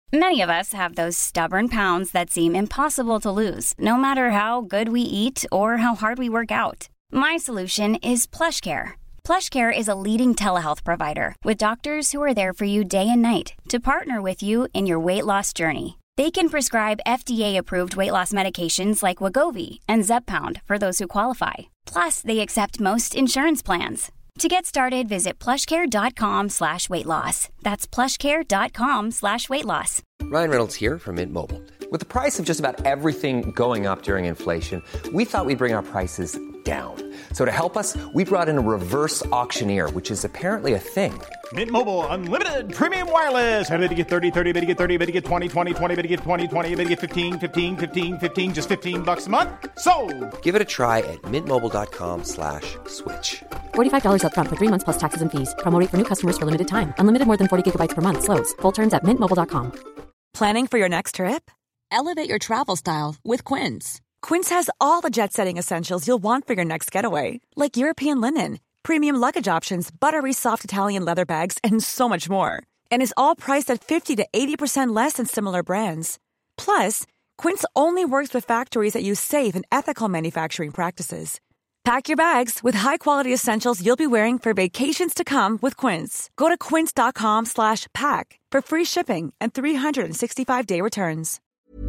Many of us have those stubborn pounds that seem impossible to lose, no matter how good we eat or how hard we work out. My solution is PlushCare. PlushCare is a leading telehealth provider with doctors who are there for you day and night to partner with you in your weight loss journey. They can prescribe FDA-approved weight loss medications like Wegovy and Zepbound for those who qualify. Plus, they accept most insurance plans. To get started, visit plushcare.com/weightloss. That's plushcare.com/weightloss. Ryan Reynolds here from Mint Mobile. With the price of just about everything going up during inflation, we thought we'd bring our prices down. So to help us, we brought in a reverse auctioneer, which is apparently a thing. Mint Mobile Unlimited Premium Wireless. How to get 30, 30, bit to get 30, bit to get 20, 20, 20, bit to get 20, 20, bit to get 15, 15, 15, 15, just $15 a month? Sold! Give it a try at mintmobile.com/switch. $45 up front for 3 months plus taxes and fees. Promo rate for new customers for limited time. Unlimited more than 40 gigabytes per month. Slows full terms at mintmobile.com. Planning for your next trip? Elevate your travel style with Quince. Quince has all the jet-setting essentials you'll want for your next getaway, like European linen, premium luggage options, buttery soft Italian leather bags, and so much more. And is all priced at 50 to 80% less than similar brands. Plus, Quince only works with factories that use safe and ethical manufacturing practices. Pack your bags with high-quality essentials you'll be wearing for vacations to come with Quince. Go to quince.com/pack for free shipping and 365-day returns.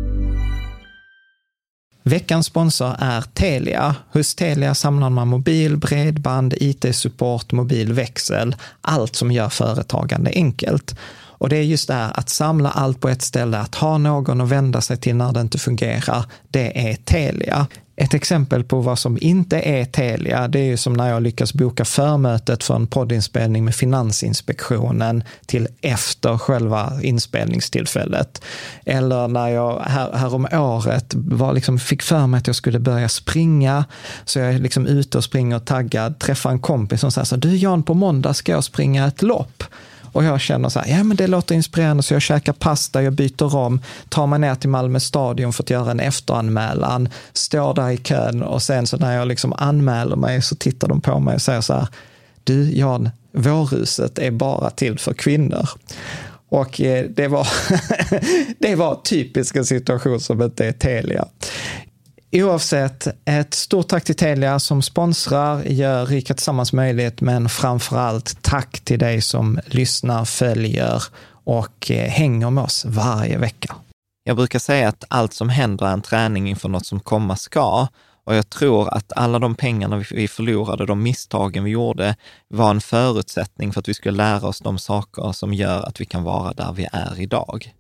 Veckans sponsor är Telia. Hos Telia samlar man mobil, bredband, IT-support, mobilväxel, allt som gör företagande enkelt. Och det är just det här att samla allt på ett ställe, att ha någon att vända sig till när det inte fungerar, det är Telia. Ett exempel på vad som inte är Telia, det är ju som när jag lyckas boka förmötet för en poddinspelning med Finansinspektionen till efter själva inspelningstillfället. Eller när jag här om året fick för mig att jag skulle börja springa, så jag är liksom ute och springer och taggad, träffar en kompis som säger så: du Jan, på måndag ska jag springa ett lopp. Och jag känner så här, ja men det låter inspirerande, så jag käkar pasta, jag byter om, tar mig ner till Malmö stadion för att göra en efteranmälan, står där i kön, och sen så när jag liksom anmäler mig så tittar de på mig och säger så här: du Jan, vårhuset är bara till för kvinnor. Och det var typisk en situation som inte är Telia. Oavsett, ett stort tack till Telia som sponsrar, gör Rika Tillsammans möjligt, men framförallt tack till dig som lyssnar, följer och hänger med oss varje vecka. Jag brukar säga att allt som händer är en träning inför något som komma ska, och jag tror att alla de pengarna vi förlorade, de misstagen vi gjorde, var en förutsättning för att vi skulle lära oss de saker som gör att vi kan vara där vi är idag.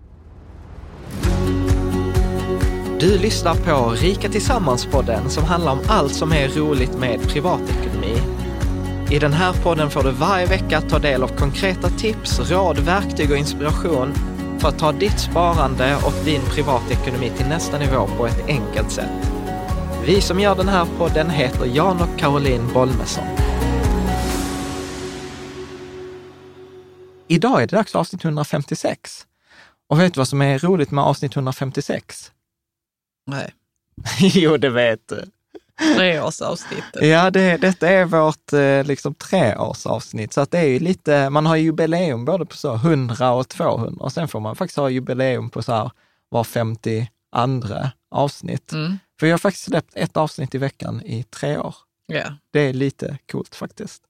Du lyssnar på Rika Tillsammans-podden som handlar om allt som är roligt med privatekonomi. I den här podden får du varje vecka ta del av konkreta tips, råd, verktyg och inspiration för att ta ditt sparande och din privatekonomi till nästa nivå på ett enkelt sätt. Vi som gör den här podden heter Jan och Caroline Bolmesson. Idag är det dags för avsnitt 156. Och vet du vad som är roligt med avsnitt 156? Nej. Jo, det vet du. 3-årsavsnittet. Ja, detta är vårt 3-årsavsnitt. Så att det är ju lite, man har jubileum både på så 100 och 200. Och sen får man faktiskt ha jubileum på så här var 52 avsnitt. Mm. För jag har faktiskt släppt ett avsnitt i veckan i 3 år. Yeah. Det är lite coolt faktiskt.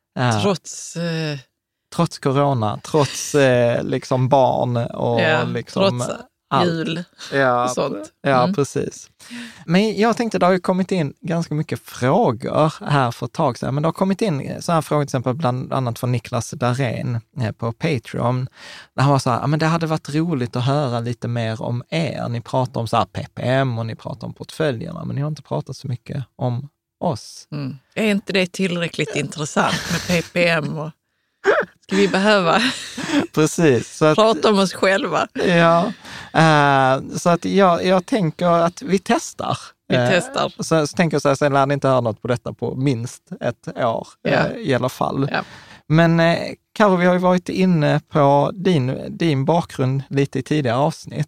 Trots corona, trots liksom barn och liksom... Trots jul och sånt. Ja, precis. Men jag tänkte, det har ju kommit in ganska mycket frågor här för ett tag sedan. Men det har kommit in så här frågor till exempel bland annat från Niklas Darén på Patreon. Där han var så här, men det hade varit roligt att höra lite mer om er. Ni pratar om så här PPM och ni pratar om portföljerna, men ni har inte pratat så mycket om oss. Mm. Är inte det tillräckligt intressant med PPM och ska vi behöva precis, så att, prata om oss själva? Ja, så att jag tänker att vi testar. Så tänker jag så här, sen lär ni inte höra något på detta på minst ett år i alla fall. Ja. Men Karo, vi har ju varit inne på din bakgrund lite i tidigare avsnitt.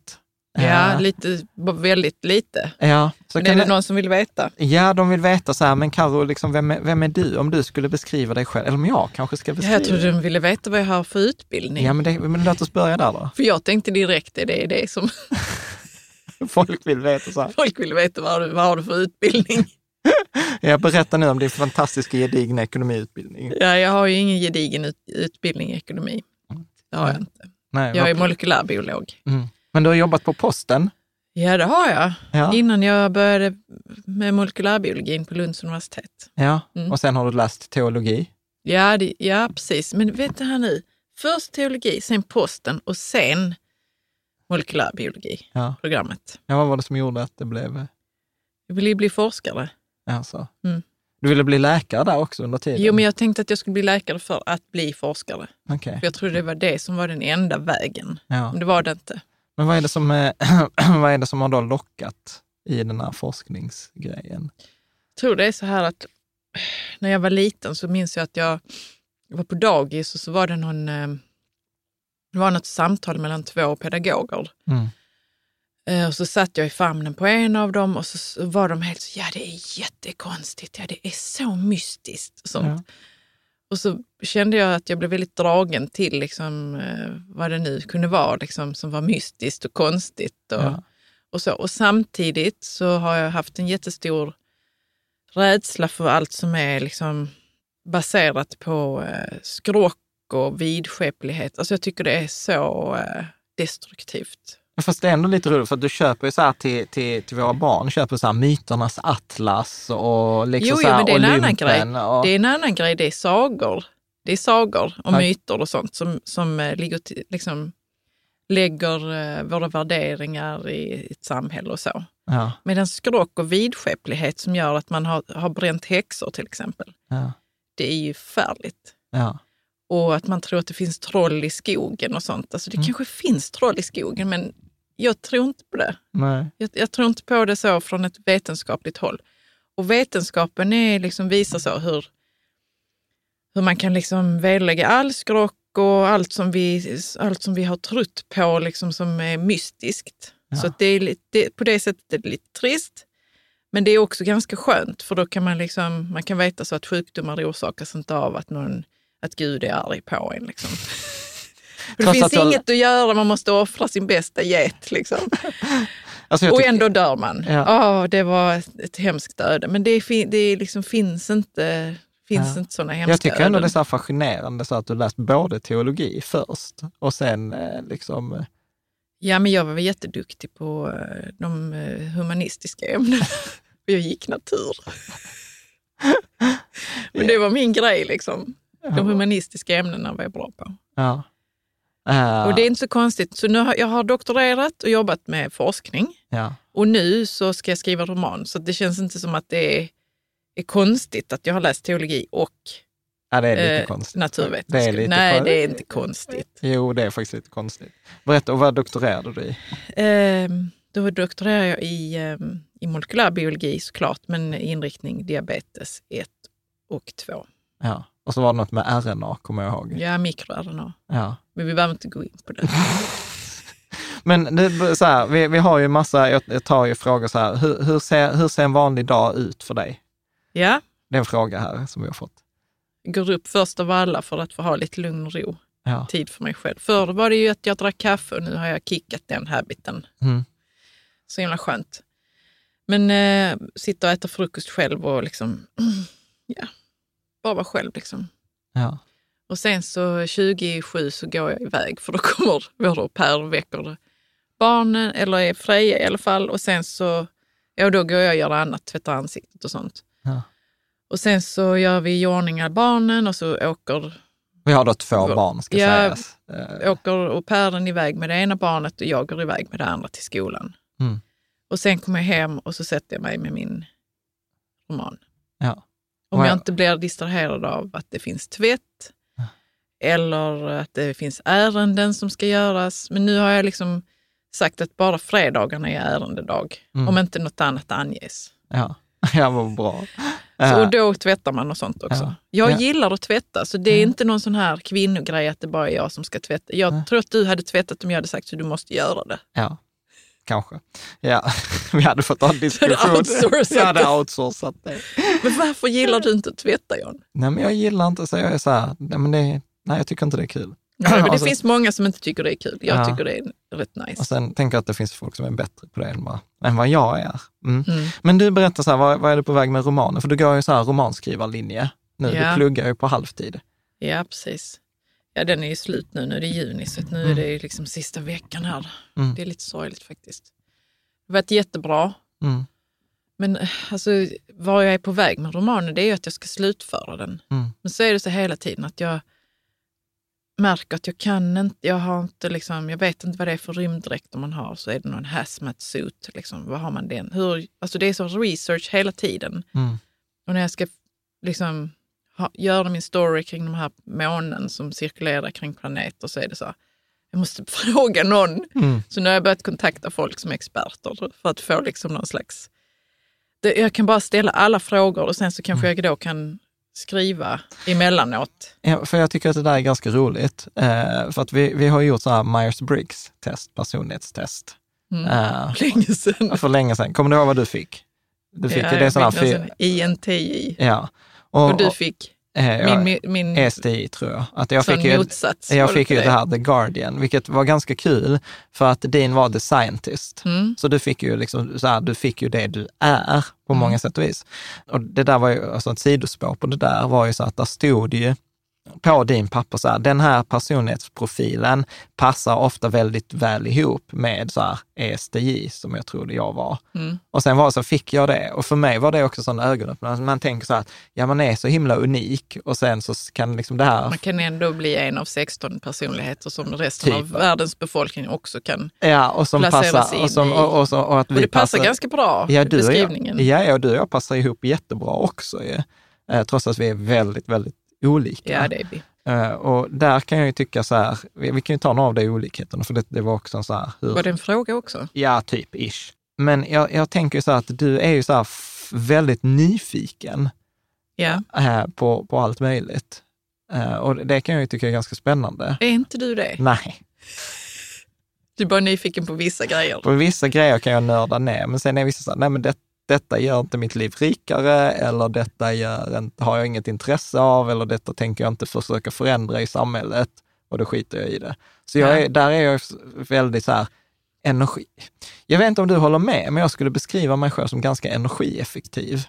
Ja, väldigt lite. Ja, så men är det någon som vill veta? Ja, de vill veta så här, men Karo, liksom, vem är du? Om du skulle beskriva dig själv, eller om jag kanske ska beskriva. Jag tror de ville veta vad jag har för utbildning. Ja, men låt oss börja där då. För jag tänkte direkt, det är det som... Folk vill veta så här. Folk vill veta vad har du för utbildning. Jag berättar nu om din fantastiska gedigna ekonomiutbildning. Ja, jag har ju ingen gedigen utbildning i ekonomi. Det har jag inte. Nej, jag är molekylärbiolog. Mm. Men du har jobbat på posten? Ja, det har jag. Ja. Innan jag började med molekylärbiologin på Lunds universitet. Ja, och sen har du läst teologi? Ja, precis. Men vet du här nu, först teologi, sen posten och sen molekylärbiologi-programmet. Ja, vad var det som gjorde att det blev... Jag ville bli forskare. Alltså. Du ville bli läkare där också under tiden? Jo, men jag tänkte att jag skulle bli läkare för att bli forskare. Okay. För jag trodde det var det som var den enda vägen. Ja. Men det var det inte. Men vad är det som har då lockat i den här forskningsgrejen? Jag tror det är så här att när jag var liten så minns jag att jag var på dagis och så var det något samtal mellan 2 pedagoger. Och så satt jag i famnen på en av dem och så var de helt så, det är jättekonstigt, det är så mystiskt och sånt. Ja. Och så kände jag att jag blev väldigt dragen till liksom, vad det nu kunde vara liksom, som var mystiskt och konstigt. Och så. Och samtidigt så har jag haft en jättestor rädsla för allt som är liksom, baserat på skrock och vidskeplighet. Alltså jag tycker det är så destruktivt. Fast det är ändå lite roligt för att du köper ju så här till våra barn, köper så här myternas atlas och liksom så här men det är en annan grej. Och... Det är en annan grej, det är sagor. Det är sagor och myter och sånt som lägger våra värderingar i ett samhälle och så. Ja. Medan skrock och vidskeplighet som gör att man har bränt häxor till exempel. Ja. Det är ju färligt. Ja. Och att man tror att det finns troll i skogen och sånt. Alltså det kanske finns troll i skogen, men jag tror inte på det. Nej. Jag tror inte på det så från ett vetenskapligt håll. Och vetenskapen är liksom visar så hur man kan liksom vederlägga all skrock och allt som vi har trott på liksom som är mystiskt. Ja. Så att det är på det sättet är det lite trist. Men det är också ganska skönt, för då kan man kan veta så att sjukdomar orsakas inte av att Gud är arg på en. Liksom. Det finns inget att göra, man måste offra sin bästa get. Liksom. Alltså och ändå dör man. Ja. Det var ett hemskt öde. Men det liksom finns inte sådana hemska Jag tycker ändå öden. det är så fascinerande så att du läst både teologi först och sen liksom... Ja, men jag var jätteduktig på de humanistiska ämnena. Jag gick natur. Men det var min grej liksom. De humanistiska ämnena var jag bra på. Ja. Och det är inte så konstigt. Så nu jag har doktorerat och jobbat med forskning. Ja. Och nu så ska jag skriva roman. Så det känns inte som att det är konstigt att jag har läst teologi och det är lite konstigt. Naturvetenskap. Nej, det är inte konstigt. Jo, det är faktiskt lite konstigt. Berätta, och vad doktorerade du i? Då doktorerade jag i molekylärbiologi såklart, men inriktning diabetes 1 och 2. Ja, och så var det något med RNA, kommer jag ihåg. Ja, mikro-RNA. Ja. Men vi behöver inte gå in på det. Men det, så här, vi har ju massa, jag tar ju frågor så här, hur ser en vanlig dag ut för dig? Ja. Det är en fråga här som vi har fått. Jag går upp först av alla för att få ha lite lugn och ro. Ja. Tid för mig själv. Förr var det ju att jag drack kaffe och nu har jag kickat den habiten. Så himla skönt. Men sitta och äta frukost själv och liksom, bara vara själv liksom. Ja. Och sen så 27 så går jag iväg, för då kommer vår au pair väcker barnen, eller Freja i alla fall. Och sen så, då går jag och gör annat, tvättar ansiktet och sånt. Ja. Och sen så gör vi i ordning av barnen och så åker... Vi har då 2 barn, ska sägas. Åker au pairen iväg med det ena barnet och jag går iväg med det andra till skolan. Och sen kommer jag hem och så sätter jag mig med min roman. Ja. Om jag inte blir distraherad av att det finns tvätt eller att det finns ärenden som ska göras. Men nu har jag liksom sagt att bara fredagarna är ärendedag. Om inte något annat anges. Ja, vad bra. Och då tvättar man och sånt också. Jag gillar att tvätta, så det är inte någon sån här kvinnogrej att det bara är jag som ska tvätta. Jag tror att du hade tvättat om jag hade sagt så du måste göra det. Ja. Kanske. Ja, vi hade fått en diskussion. Jag hade outsourcat det. Men varför gillar du inte att tvätta, John? Nej, men jag gillar inte, så jag är så här, nej, jag tycker inte det är kul. Nej, men det finns många som inte tycker det är kul. Jag tycker det är rätt nice. Och sen tänker jag att det finns folk som är bättre på det än vad jag är. Men du berättar så här, vad är du på väg med romaner? För du går ju så här romanskrivarlinje nu. Du pluggar ju på halvtid. Ja, precis. Ja, den är ju slut nu. Nu är det juni, så att nu är det liksom sista veckan här. Det är lite sorgligt faktiskt. Det har varit jättebra. Men alltså, var jag är på väg med romanen, det är ju att jag ska slutföra den. Men så är det så hela tiden att jag märker att jag kan inte, jag vet inte vad det är för rymddräkt man har, så är det någon hazmat suit, liksom, vad har man den? Alltså det är så research hela tiden. Och när jag ska liksom göra min story kring de här månen som cirkulerar kring planeter, så är det så, jag måste fråga någon. Så nu har jag börjat kontakta folk som är experter för att få liksom någon slags, jag kan bara ställa alla frågor och sen så kanske jag då kan skriva emellanåt. Ja, för jag tycker att det där är ganska roligt. För att vi har gjort så här Myers-Briggs-test, personlighetstest. Länge sedan. För länge sedan. Kommer du ihåg vad du fick? Du fick det sådana INTJ. Ja. Och du fick min STI, tror jag. Att jag fick motsats. Jag fick ju det här The Guardian, vilket var ganska kul för att din var The Scientist. Så du fick ju liksom så här, du fick ju det du är på många sätt och vis. Och det där var ju alltså ett sidospår på det där var ju så att där stod ju på din papper så här, den här personlighetsprofilen passar ofta väldigt väl ihop med så här ESTJ som jag trodde jag var. Och sen så fick jag det. Och för mig var det också sån ögonöppnare. Man tänker så här, ja, man är så himla unik och sen så kan liksom det här... Man kan ändå bli en av 16 personligheter som resten av världens befolkning också kan och som passar in och att vi och det passar ganska bra i beskrivningen. Och du och jag passar ihop jättebra också. Trots att vi är väldigt, väldigt olika. Ja, det är vi. Och där kan jag ju tycka så här, vi kan ju ta några av de olikheterna, för det var också så här... Var det en fråga också? Ja, typ, ish. Men jag tänker ju så här att du är ju så här väldigt nyfiken på allt möjligt. Och det kan jag ju tycka är ganska spännande. Är inte du det? Nej. Du är bara nyfiken på vissa grejer. På vissa grejer kan jag nörda ner, men sen är vissa så här, nej men detta gör inte mitt liv rikare, eller detta har jag inget intresse av, eller detta tänker jag inte försöka förändra i samhället, och då skiter jag i det. Så där är jag väldigt så här energi. Jag vet inte om du håller med, men jag skulle beskriva mig själv som ganska energieffektiv.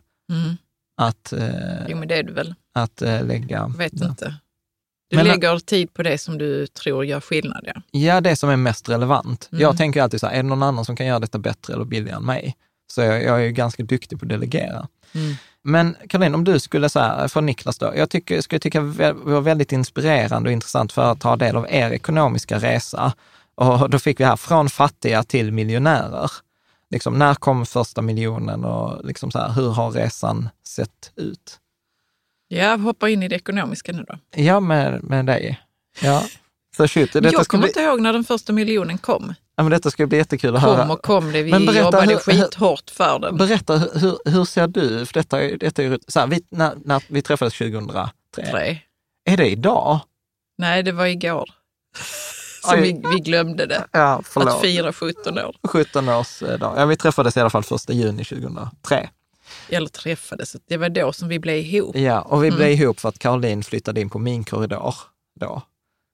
Jo, men det är du väl. Att lägga... Jag vet inte. Du lägger tid på det som du tror gör skillnad, ja. Ja, det som är mest relevant. Jag tänker alltid så här, är det någon annan som kan göra detta bättre eller billigare än mig? Så jag är ju ganska duktig på att delegera. Men Caroline, om du skulle säga, för Niklas då, skulle tycka det var väldigt inspirerande och intressant för att ta del av er ekonomiska resa. Och då fick vi här från fattiga till miljonärer. Liksom, när kom första miljonen och liksom så här, hur har resan sett ut? Ja, hoppa in i det ekonomiska nu då. Ja, med dig. Ja. Så jag kommer inte ihåg när den första miljonen kom. Ja, men detta ska bli jättekul att höra. Kom det. Vi jobbade skithårt för den. Berätta, hur ser du? För detta är ju så här, när vi träffades 2003. Är det idag? Nej, det var igår. Så vi glömde det. Ja, att fira 17 år. 17 års dag. Ja, vi träffades i alla fall 1 juni 2003. Eller träffades. Det var då som vi blev ihop. Ja, och vi blev ihop för att Caroline flyttade in på min korridor då.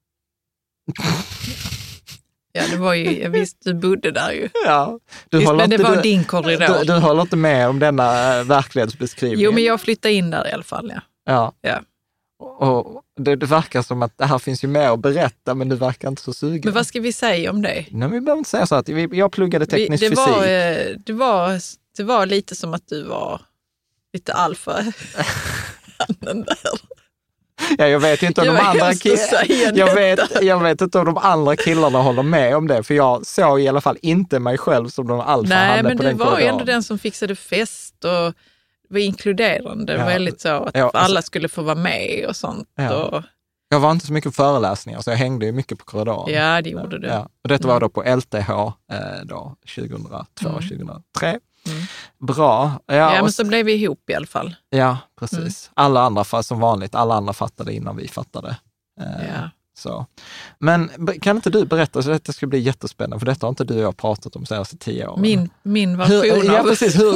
Ja, det var ju, jag visste, du bodde där ju. Ja. Men det var din korridor. Du håller inte med om denna verklighetsbeskrivning. Jo, men jag flyttade in där i alla fall, ja. Och det verkar som att det här finns ju mer att berätta, men du verkar inte så sugen. Men vad ska vi säga om det? Nej, vi behöver inte säga så att jag pluggade teknisk fysik. Det var lite som att du var lite alfa. Den där. Ja, jag vet inte om de andra jag vet inte om de andra killarna håller med om det, för jag såg i alla fall inte mig själv som de alfa hade på den korridoren. Nej, men du var ju ändå den som fixade fest och var inkluderande. Det var väldigt så att alla skulle få vara med och sånt. Ja. Och... Jag var inte så mycket på föreläsningar, så jag hängde ju mycket på korridoren. Ja, det gjorde du. Ja. Och detta var då på LTH då, 2002-2003. Bra. Ja, men så blev vi ihop i alla fall. Ja, precis. Alla andra, som vanligt, alla andra fattade innan vi fattade. Så. Men kan inte du berätta, så detta skulle bli jättespännande, för detta har inte du och jag pratat om senaste 10 åren. Min version av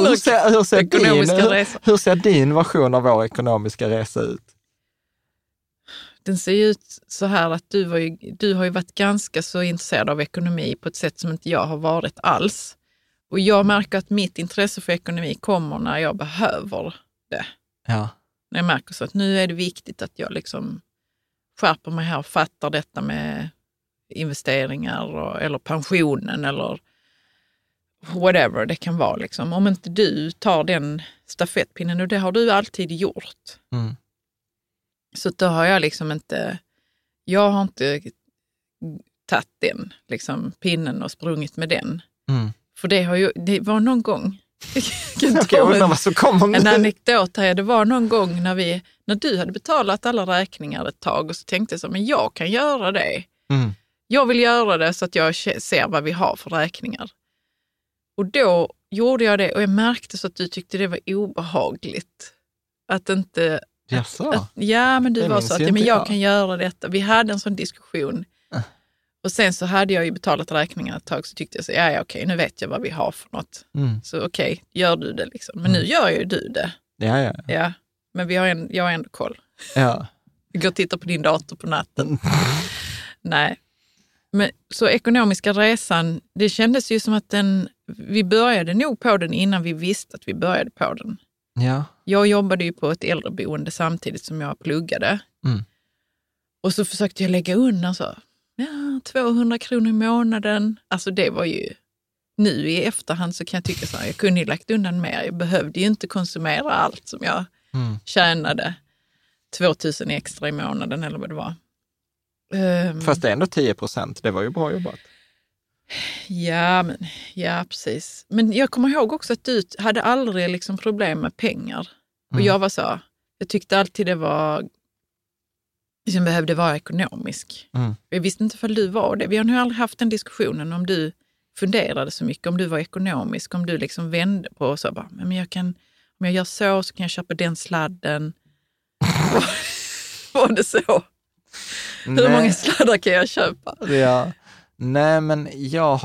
hur ser din version av vår ekonomiska resa ut? Den ser ju ut så här att du har ju varit ganska så intresserad av ekonomi på ett sätt som inte jag har varit alls. Och jag märker att mitt intresse för ekonomi kommer när jag behöver det. Ja. När jag märker så att nu är det viktigt att jag liksom skärper mig här och fattar detta med investeringar eller pensionen eller whatever det kan vara. Liksom. Om inte du tar den stafettpinnen, och det har du alltid gjort. Mm. Så då har jag liksom inte, jag har inte tagit den liksom, pinnen och sprungit med den. Mm. För det var någon gång, en anekdot här, det var någon gång när du hade betalat alla räkningar ett tag, och så tänkte jag så, men jag kan göra det. Mm. Jag vill göra det så att jag ser vad vi har för räkningar. Och då gjorde jag det, och jag märkte så att du tyckte det var obehagligt. Att inte... men du var så att men jag kan göra detta. Vi hade en sån diskussion. Och sen så hade jag ju betalat räkningar ett tag, så tyckte jag så, okej, nu vet jag vad vi har för något. Mm. Så okej, gör du det liksom. Men nu gör ju du det. Ja. Men jag har ändå koll. Ja. Vi går och tittar på din dator på natten. Nej. Men så ekonomiska resan, det kändes ju som att vi började nog på den innan vi visste att vi började på den. Ja. Jag jobbade ju på ett äldreboende samtidigt som jag pluggade. Mm. Och så försökte jag lägga undan så, 200 kronor i månaden. Alltså det var ju, nu i efterhand så kan jag tycka så här, jag kunde ju lagt undan mer. Jag behövde ju inte konsumera allt som jag tjänade. 2000 extra i månaden eller vad det var. Fast det är ändå 10%, det var ju bra jobbat. Ja, precis. Men jag kommer ihåg också att du hade aldrig liksom problem med pengar. Och jag var så, jag tyckte alltid det var, liksom behövde vara ekonomisk. Jag visste inte ifall du var det. Vi har nog aldrig haft den diskussionen om du funderade så mycket, om du var ekonomisk, om du liksom vände på och så bara, men om jag gör så kan jag köpa den sladden. Var det så? Hur många sladdar kan jag köpa? Ja. Nej, men jag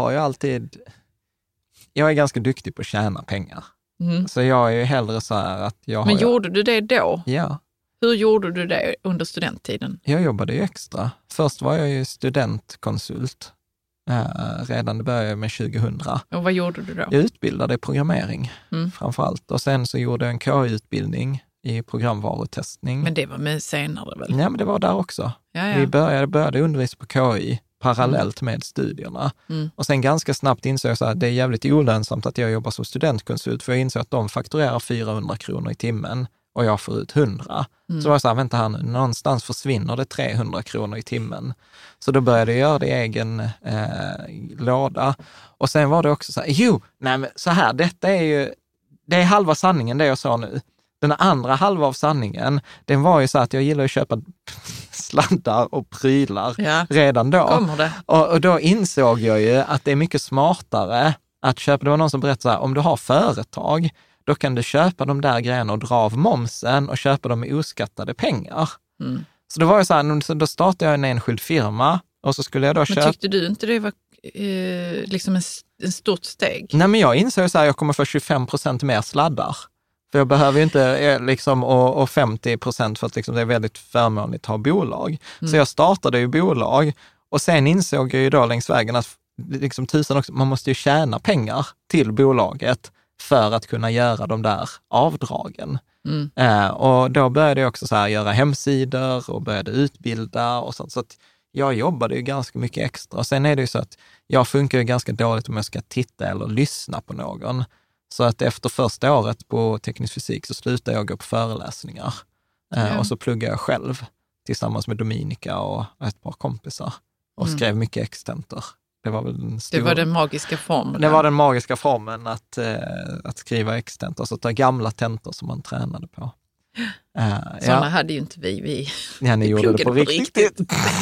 är ganska duktig på att tjäna pengar. Så jag är ju hellre så här att Men gjorde du det då? Ja. Hur gjorde du det under studenttiden? Jag jobbade ju extra. Först var jag ju studentkonsult. Redan det började med 2000. Och vad gjorde du då? Jag utbildade i programmering framförallt. Och sen så gjorde jag en KI-utbildning i programvarutestning. Men det var med senare väl? Ja, men det var där också. Ja. Vi började undervisa på KI parallellt med studierna. Och sen ganska snabbt insåg jag så att det är jävligt olönsamt att jag jobbar som studentkonsult, för jag insåg att de fakturerar 400 kronor i timmen och jag får ut 100. Så var jag så här, vänta här nu, någonstans försvinner det 300 kronor i timmen. Så då började jag göra det i egen låda. Och sen var det också så här, så här, det är halva sanningen det jag sa nu. Den andra halva av sanningen, den var ju så att jag gillar att köpa sladdar och prylar redan då. Kommer det? Och då insåg jag ju att det är mycket smartare att köpa. Det var någon som berättade så här, om du har företag, då kan du köpa de där grejerna och dra av momsen och köpa dem med oskattade pengar. Så då var jag så här, då startade jag en enskild firma och så skulle jag då köpa... Men tyckte du inte det var liksom en stort steg? Nej, men jag insåg så här, jag kommer få 25% mer sladdar. För jag behöver ju inte liksom, och 50% för att liksom, det är väldigt förmånligt att ha bolag. Så jag startade ju bolag och sen insåg jag ju då längs vägen att liksom, också, man måste ju tjäna pengar till bolaget för att kunna göra de där avdragen. Och då började jag också så här, göra hemsidor och började utbilda och sånt. Så att jag jobbade ju ganska mycket extra. Sen är det ju så att jag funkar ju ganska dåligt om jag ska titta eller lyssna på någon. Så att efter första året på teknisk fysik så slutade jag gå på föreläsningar. Och så pluggade jag själv tillsammans med Dominika och ett par kompisar. Och skrev mycket extentor. Det var väl det var den magiska formen. Det var den magiska formen att skriva extentor. Så ta gamla tentor som man tränade på. Sådana hade ju inte vi. Ja, ni gjorde det på riktigt.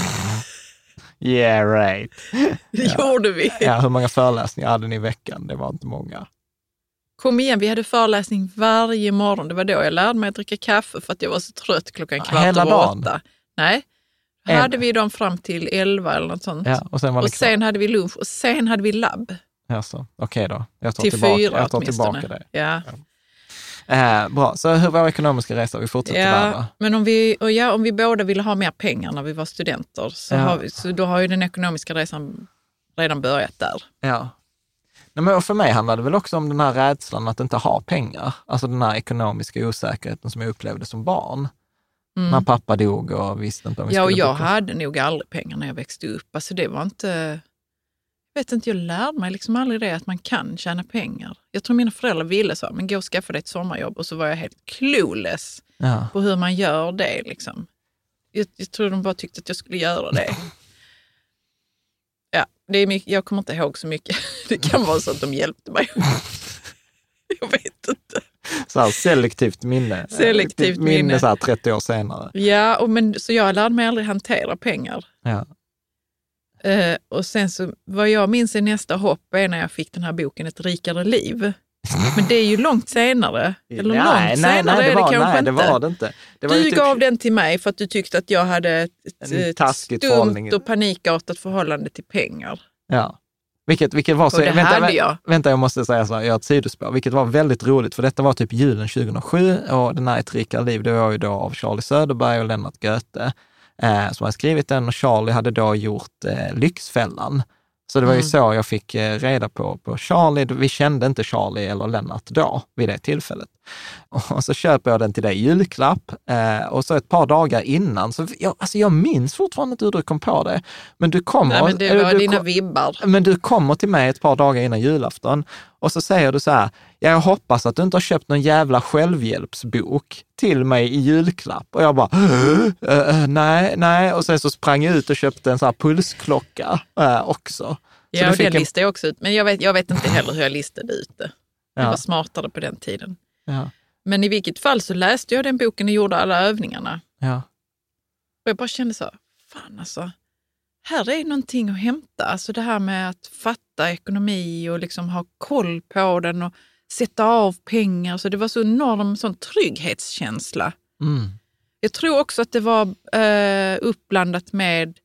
Yeah, right. Det gjorde vi. Ja, hur många föreläsningar hade ni i veckan? Det var inte många. Kom igen, vi hade föreläsning varje morgon. Det var då jag lärde mig att dricka kaffe för att jag var så trött klockan 7:15. Hela dagen? Nej, hade vi dem fram till 11 eller något sånt. Ja, och sen hade vi lunch och sen hade vi labb. Alltså, okej då. Jag tar till tillbaka, 4 jag tar tillbaka det. Ja. Bra, så hur var vår ekonomiska resa? Vi fortsätter där då. Men om vi båda ville ha mer pengar när vi var studenter så då har ju den ekonomiska resan redan börjat där. Ja. Nej, men för mig handlade det väl också om den här rädslan att inte ha pengar. Alltså den här ekonomiska osäkerheten som jag upplevde som barn. När pappa dog och visste inte om vi skulle och jag hade nog aldrig pengar när jag växte upp. Alltså det var inte... jag lärde mig liksom aldrig det att man kan tjäna pengar. Jag tror mina föräldrar ville så, men gå och skaffa dig ett sommarjobb. Och så var jag helt clueless på hur man gör det liksom. Jag tror de bara tyckte att jag skulle göra det. Ja, det är mycket, jag kommer inte ihåg så mycket. Det kan vara så att de hjälpte mig. Jag vet inte. Så här selektivt minne. Selektivt minne. Så här 30 år senare. Ja, så jag lärde mig aldrig hantera pengar. Ja. Och sen så, vad jag minns i nästa hopp är när jag fick den här boken Ett rikare liv. Men det är ju långt senare. Eller nej, det var det inte. Det var du typ... gav den till mig för att du tyckte att jag hade ett stumt och panikartat förhållande till pengar. Ja. Vilket var så... Och vänta, jag måste säga så här, jag har ett sidospår. Vilket var väldigt roligt, för detta var typ julen 2007 och den här Ett rikare liv, det var ju då av Charlie Söderberg och Lennart Göte som hade skrivit den, och Charlie hade då gjort Lyxfällan. Så det var ju så jag fick reda på Charlie. Vi kände inte Charlie eller Lennart då, vid det tillfället. Och så köper jag den till dig i julklapp. Och så ett par dagar innan, så jag minns fortfarande inte hur du kom på det. Men du kommer... Nej, men det var dina vibbar. Men du kommer till mig ett par dagar innan julafton. Och så säger du så här, jag hoppas att du inte har köpt någon jävla självhjälpsbok till mig i julklapp. Och jag bara, nej. Och sen så sprang jag ut och köpte en så här pulsklocka också. Så ja, och den listade jag också ut. Men jag vet inte heller hur jag listade ut det. Jag var smartare på den tiden. Ja. Men i vilket fall så läste jag den boken och gjorde alla övningarna. Ja. Och jag bara kände så, fan alltså, här är någonting att hämta. Alltså det här med att fatta ekonomi och liksom ha koll på den och sätta av pengar. Så det var så enorm sån trygghetskänsla. Mm. Jag tror också att det var uppblandat med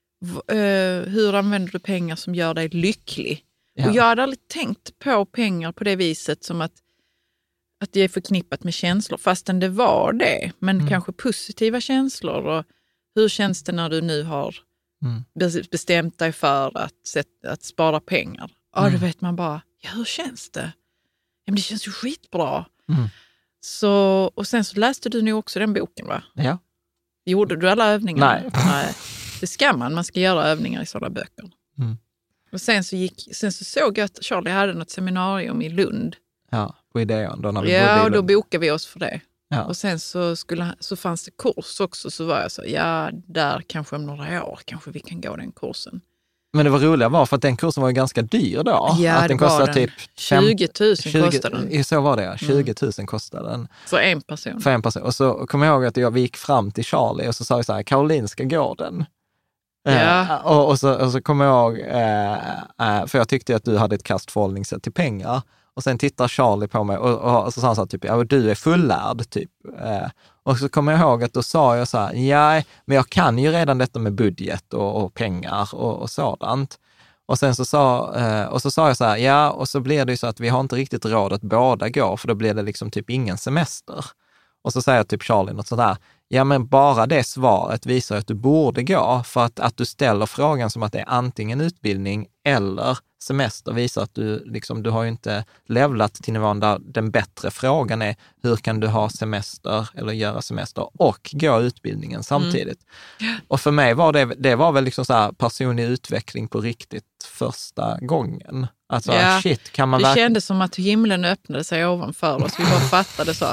hur använder du pengar som gör dig lycklig. Ja. Och jag hade aldrig tänkt på pengar på det viset som att det är förknippat med känslor, fastän det var det. Men kanske positiva känslor. Och hur känns det när du nu har bestämt dig för att spara pengar? Ja, då vet man bara, hur känns det? Ja, men det känns ju skitbra. Så, och sen så läste du nu också den boken, va? Ja. Gjorde du alla övningar? Nej. Det ska man ska göra övningar i sådana böcker. Och sen så såg jag att Charlie hade något seminarium i Lund. Ja, på Ideon. Då när vi ja, och då bokade vi oss för det. Ja. Och sen så fanns det kurs också, så var jag så, där kanske om några år kanske vi kan gå den kursen. Men det var roliga var för att den kursen var ju ganska dyr då. Ja, att den kostade typ 20 000 kostade den. Så var det, 20 000 kostade den. För en person. Och så kom jag ihåg att vi gick fram till Charlie och så sa jag så här, Karolinska gården. Ja. Och så kom jag ihåg, för jag tyckte att du hade ett kastförhållningssätt till pengar. Och sen tittar Charlie på mig och så sa han så här, typ, du är fullärd typ. Och så kommer jag ihåg att då sa jag så här, men jag kan ju redan detta med budget och pengar och sådant. Och sen så sa jag så här, och så blir det ju så att vi har inte riktigt råd att båda gå, för då blir det liksom typ ingen semester. Och så säger typ Charlie något sådär, men bara det svaret visar att du borde gå, för att du ställer frågan som att det är antingen utbildning eller semester visar att du har ju inte levlat till nivån där den bättre frågan är hur kan du ha semester eller göra semester och gå utbildningen samtidigt. Och för mig var det var väl liksom så här personlig utveckling på riktigt första gången. Alltså shit, kan man det kändes som att himlen öppnade sig ovanför oss. Vi bara fattade så.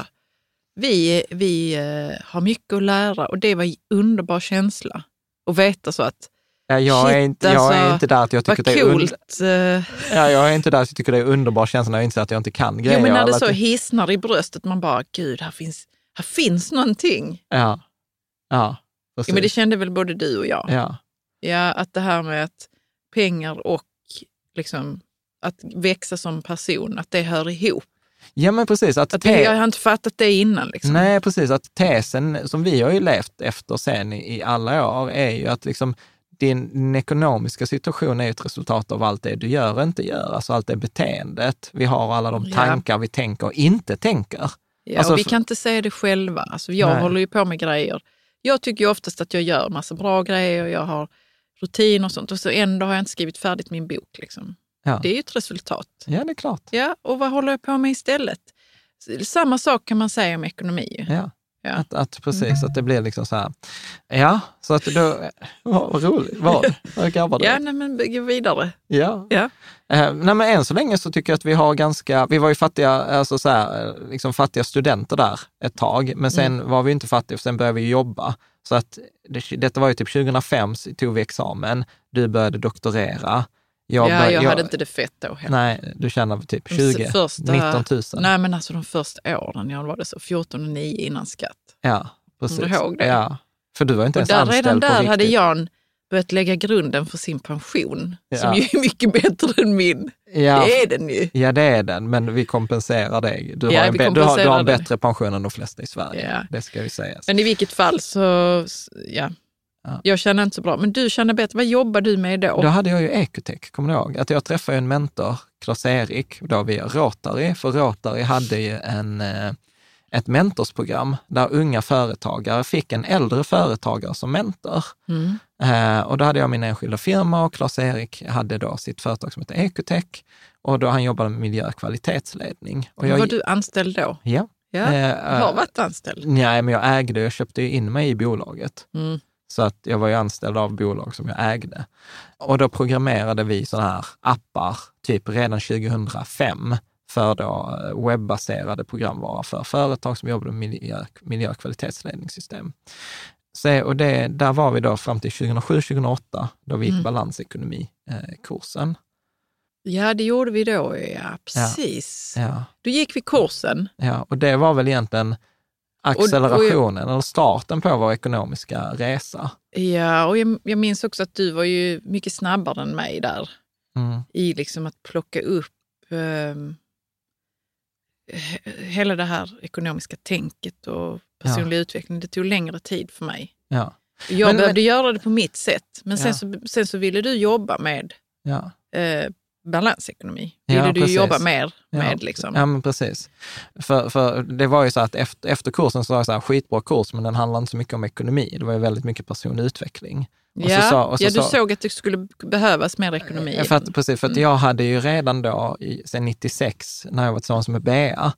Vi har mycket att lära, och det var en underbar känsla att veta så att jag är inte där att jag tycker det är coolt. Jag är inte där att jag tycker det är underbar känsla när jag inser att jag inte kan grejer. Jo, men när det så hissnar i bröstet, man bara, gud, här finns någonting. Ja, precis. Ja, men det kände väl både du och jag. Ja, att det här med att pengar och liksom att växa som person, att det hör ihop. Ja, men precis. Att jag har inte fattat det innan. Liksom. Nej, precis. Att tesen som vi har ju levt efter sen i alla år är ju att liksom din ekonomiska situation är ett resultat av allt det du gör och inte gör. Alltså allt det beteendet. Vi har alla de tankar vi tänker och inte tänker. Ja, alltså, och vi kan inte säga det själva. Alltså, jag håller ju på med grejer. Jag tycker ju oftast att jag gör massa bra grejer. Jag har rutiner och sånt. Och så ändå har jag inte skrivit färdigt min bok. Liksom. Ja. Det är ju ett resultat. Ja, det är klart. Ja, och vad håller jag på med istället? Samma sak kan man säga om ekonomi. Ja. Att precis, att det blir liksom så här. Ja, så att då, vad roligt. Vad grabbar det? Ja, nej, men gå vidare. Ja. Nej, men än så länge så tycker jag att vi har vi var ju fattiga, alltså så här, liksom fattiga studenter där ett tag, men sen var vi inte fattiga, för sen började vi jobba. Så att detta var ju typ 2005 tog vi examen, du började doktorera. Jag hade inte det fett då heller. Nej, du tjänar typ 19 000. Nej, men alltså de första åren, jag var det så 14 och 9 innan skatt. Ja, precis. Du ihåg det? Ja, för du var inte ens anställd på riktigt. Redan där hade Jan börjat lägga grunden för sin pension, som ju är mycket bättre än min. Ja, det är den ju. Ja, det är den, men vi kompenserar dig. Du har en bättre pension än de flesta i Sverige, det ska vi säga. Men i vilket fall så, ja. Jag känner inte så bra, men du känner bättre. Vad jobbar du med då? Då hade jag ju Ecotech, kommer du ihåg? Att jag träffade en mentor, Claes-Erik, då via Rotary. För Rotary hade ju ett mentorsprogram där unga företagare fick en äldre företagare som mentor. Och då hade jag min enskilda firma och Claes-Erik hade då sitt företag som heter Ecotech. Och då han jobbade med miljökvalitetsledning. Och var du anställd då? Ja. Jag har varit anställd. Nej, men jag köpte ju in mig i bolaget. Så att jag var ju anställd av bolag som jag ägde. Och då programmerade vi sådana här appar, typ redan 2005, för då webbaserade programvara för företag som jobbade med miljökvalitetsledningssystem. Och där var vi då fram till 2007-2008, då vi gick balansekonomikursen. Ja, det gjorde vi då, ja, precis. Ja. Då gick vi kursen. Ja, och det var väl egentligen accelerationen eller starten på vår ekonomiska resa. Ja, och jag minns också att du var ju mycket snabbare än mig där. I liksom att plocka upp hela det här ekonomiska tänket och personlig utveckling. Det tog längre tid för mig. Ja. Jag behövde göra det på mitt sätt. Men sen så ville du jobba med balansekonomi. Ville du jobba mer med liksom. Ja, men precis. För det var ju så att efter kursen så var det så här, skitbra kurs, men den handlade inte så mycket om ekonomi. Det var ju väldigt mycket personlig utveckling. Du såg att det skulle behövas mer ekonomi. Precis, för att jag hade ju redan då, sen 96, när jag var tillsammans med Bea,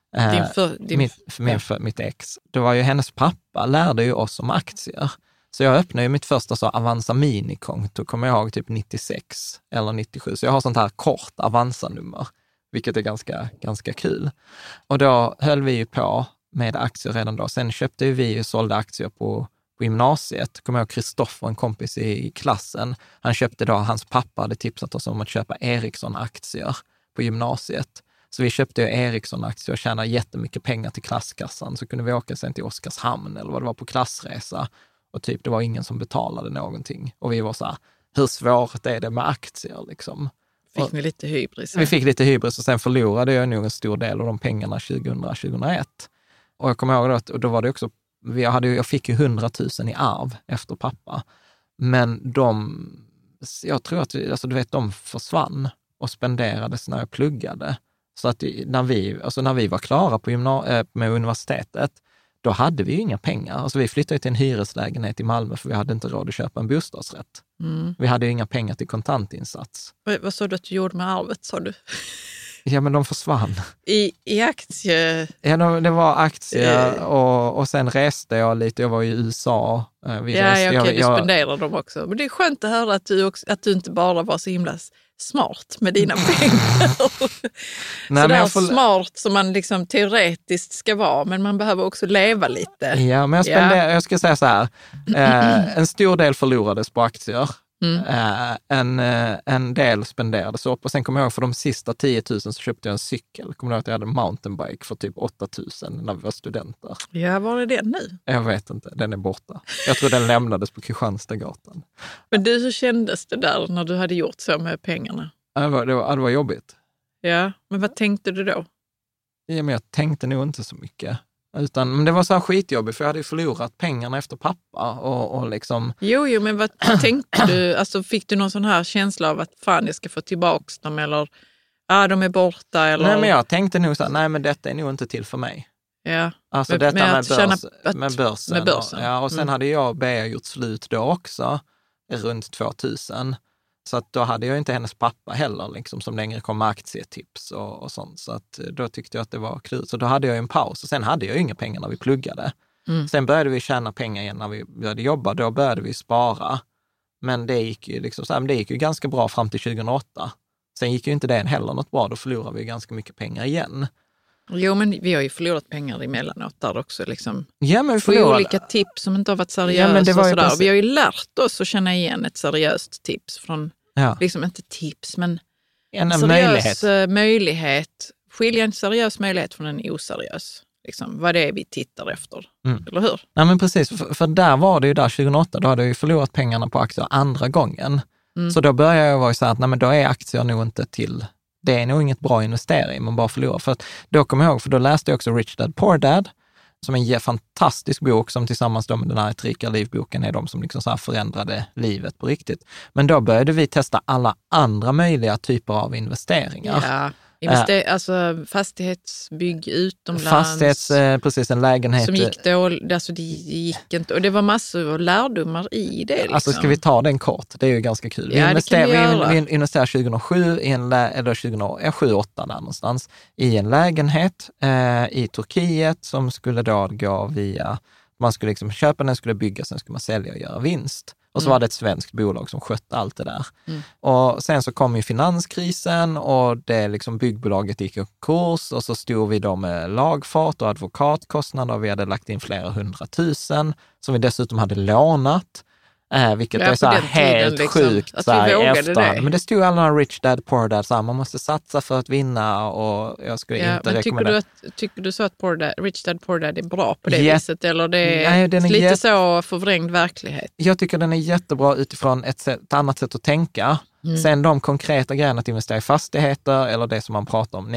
mitt ex, då var ju hennes pappa lärde ju oss om aktier. Så jag öppnade ju mitt första Avanza minikonto, kommer jag ihåg, typ 96 eller 97. Så jag har sånt här kort Avanza-nummer, vilket är ganska kul. Och då höll vi ju på med aktier redan då. Sen köpte vi och sålde aktier på gymnasiet. Kommer jag ihåg Kristoffer, en kompis i klassen. Han köpte då, hans pappa hade tipsat oss om att köpa Ericsson-aktier på gymnasiet. Så vi köpte Ericsson-aktier och tjänade jättemycket pengar till klasskassan. Så kunde vi åka sen till Oskarshamn eller vad det var på klassresa. Och typ det var ingen som betalade någonting. Och vi var så här, hur svårt är det med aktier liksom? Fick ni lite hybris? Vi fick lite hybris och sen förlorade jag nog en stor del av de pengarna 2001. Och jag kommer ihåg då var det också, jag fick ju 100 000 i arv efter pappa. Men jag tror att de försvann och spenderades när jag pluggade. Så att när vi var klara med universitetet, då hade vi ju inga pengar. Alltså vi flyttade till en hyreslägenhet i Malmö för vi hade inte råd att köpa en bostadsrätt. Vi hade ju inga pengar till kontantinsats. Vad sa du att du gjorde med arvet, sa du? Ja, men de försvann. I aktier? Ja, det var aktier och sen reste jag lite. Jag var i USA. Du spenderade dem också. Men det är skönt att höra att du inte bara var så himla smart med dina pengar. Smart som man liksom teoretiskt ska vara, men man behöver också leva lite. Ja, men jag ska säga så här. En stor del förlorades på aktier. En del spenderades upp och sen kommer jag ihåg för de sista 10 000 så köpte jag en cykel. Kommer jag ihåg att jag hade en mountainbike för typ 8 000 när vi var studenter. Ja, var är den nu? Jag vet inte, den är borta. Jag tror den lämnades på Kristianstadsgatan. Men hur kändes det där när du hade gjort så med pengarna? Det var jobbigt. Ja, men vad tänkte du då? Ja, men jag tänkte nog inte så mycket. Men det var så här skitjobbigt för jag hade ju förlorat pengarna efter pappa och liksom... Jo, men vad tänkte du? Alltså fick du någon sån här känsla av att fan jag ska få tillbaka dem eller de är borta eller... Nej, men jag tänkte nog så här, nej men detta är nog inte till för mig. Ja. Alltså detta med börsen. Och sen hade jag och Bea gjort slut då också, runt 2000. Så att då hade jag inte hennes pappa heller, liksom, som längre kom med aktietips och sånt. Så att då tyckte jag att det var kul. Så då hade jag en paus och sen hade jag inga pengar när vi pluggade. Sen började vi tjäna pengar igen när vi började jobba. Då började vi spara. Men det gick ju liksom så här, det gick ju ganska bra fram till 2008. Sen gick ju inte det heller något bra. Då förlorade vi ganska mycket pengar igen. Jo, men vi har ju förlorat pengar emellanåt där också. Liksom. Ja, men vi förlorade. Olika tips som inte har varit seriösa och sådär. Och vi har ju lärt oss att känna igen ett seriöst tips från, liksom inte tips, men en seriös möjlighet. Skilja en seriös möjlighet från en oseriös. Liksom, vad det är vi tittar efter, eller hur? Ja, men precis. För där var det ju där 2008, då hade jag ju förlorat pengarna på aktier andra gången. Så då började jag vara så här att nej, men då är aktier nog inte till... Det är nog inget bra investering, man bara förlorar. För att då kommer jag ihåg, för då läste jag också Rich Dad Poor Dad, som är en fantastisk bok som tillsammans med den här Ett rika liv-boken är de som liksom så här förändrade livet på riktigt. Men då började vi testa alla andra möjliga typer av investeringar. Ja. Alltså fastighetsbygg utomlands. Precis, en lägenhet. Som gick då, alltså det gick inte. Och det var massor av lärdomar i det. Liksom. Alltså ska vi ta den kort? Det är ju ganska kul. Vi investerade 2007 eller 2008 där någonstans i en lägenhet i Turkiet som skulle då gå via, man skulle liksom köpa den, skulle bygga, sen skulle man sälja och göra vinst. Och så var det ett svenskt bolag som skötte allt det där. Och sen så kom ju finanskrisen och det liksom byggbolaget gick i kurs och så stod vi då med lagfart och advokatkostnader och vi hade lagt in flera 100 000 som vi dessutom hade lånat. Vilket är så här helt liksom, sjukt så här i efterhand. Men det stod alla Rich Dad Poor Dad så här, man måste satsa för att vinna och jag skulle inte rekommendera. Tycker du så att Rich Dad Poor Dad är bra på det viset eller det är lite så förvrängd verklighet? Jag tycker den är jättebra utifrån ett annat sätt att tänka. Sen de konkreta grejerna att investera i fastigheter eller det som man pratar om,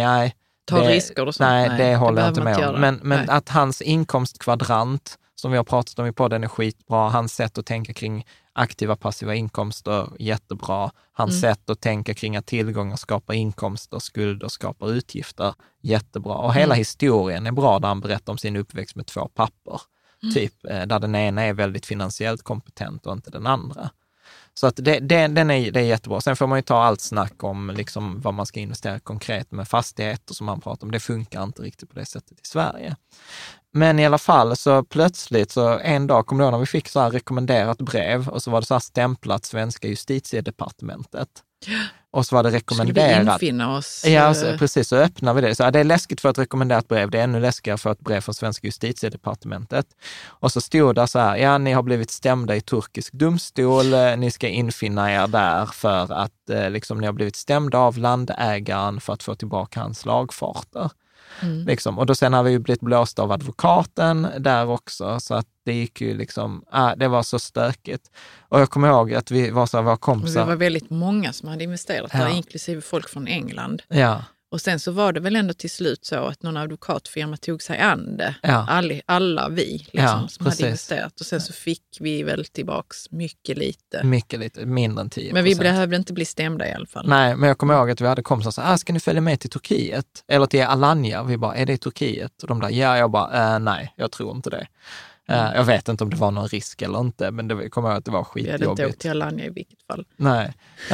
risker och sånt. Nej, det håller jag inte med om. Men att hans inkomstkvadrant som vi har pratat om i podden är skitbra. Hans sätt att tänka kring aktiva passiva inkomster, jättebra. Hans sätt att tänka kring att tillgångar skapar inkomster, skulder skapar utgifter, jättebra. Och hela historien är bra där han berättar om sin uppväxt med 2 pappor. Typ, där den ena är väldigt finansiellt kompetent och inte den andra. Så att det är jättebra. Sen får man ju ta allt snack om liksom vad man ska investera konkret med fastigheter som man pratar om. Det funkar inte riktigt på det sättet i Sverige. Men i alla fall så plötsligt så en dag kom det när vi fick så här rekommenderat brev och så var det så här stämplat svenska justitiedepartementet. Och så var det rekommenderat. Skulle vi infinna oss? Ja, precis, så öppnar vi det. Så det är läskigt för ett rekommenderat brev. Det är ännu läskigare för ett brev från svenska justitiedepartementet. Och så stod det så här, ni har blivit stämda i turkisk domstol. Ni ska infinna er där för att liksom, ni har blivit stämda av landägaren för att få tillbaka hans lagfarter. Liksom. Och då sen har vi ju blivit blåsta av advokaten där också, så att det gick ju liksom, det var så stökigt. Och jag kommer ihåg att vi var så här, våra kompisar. Det var väldigt många som hade investerat där, inklusive folk från England. Ja. Och sen så var det väl ändå till slut så att någon advokatfirma tog sig an det. Alla vi liksom, som hade investerat. Och sen så fick vi väl tillbaks mycket lite, mindre än 10%. Men vi behövde inte bli stämda i alla fall. Nej, men jag kommer ihåg att vi hade kompisar som sa, ska ni följa med till Turkiet? Eller till Alanya? Vi bara, är det i Turkiet? Och de där, jag bara, nej, jag tror inte det. Jag vet inte om det var någon risk eller inte, men det kommer jag att det var skitjobbigt. Vi hade inte åkt till Alanya i vilket fall. Nej,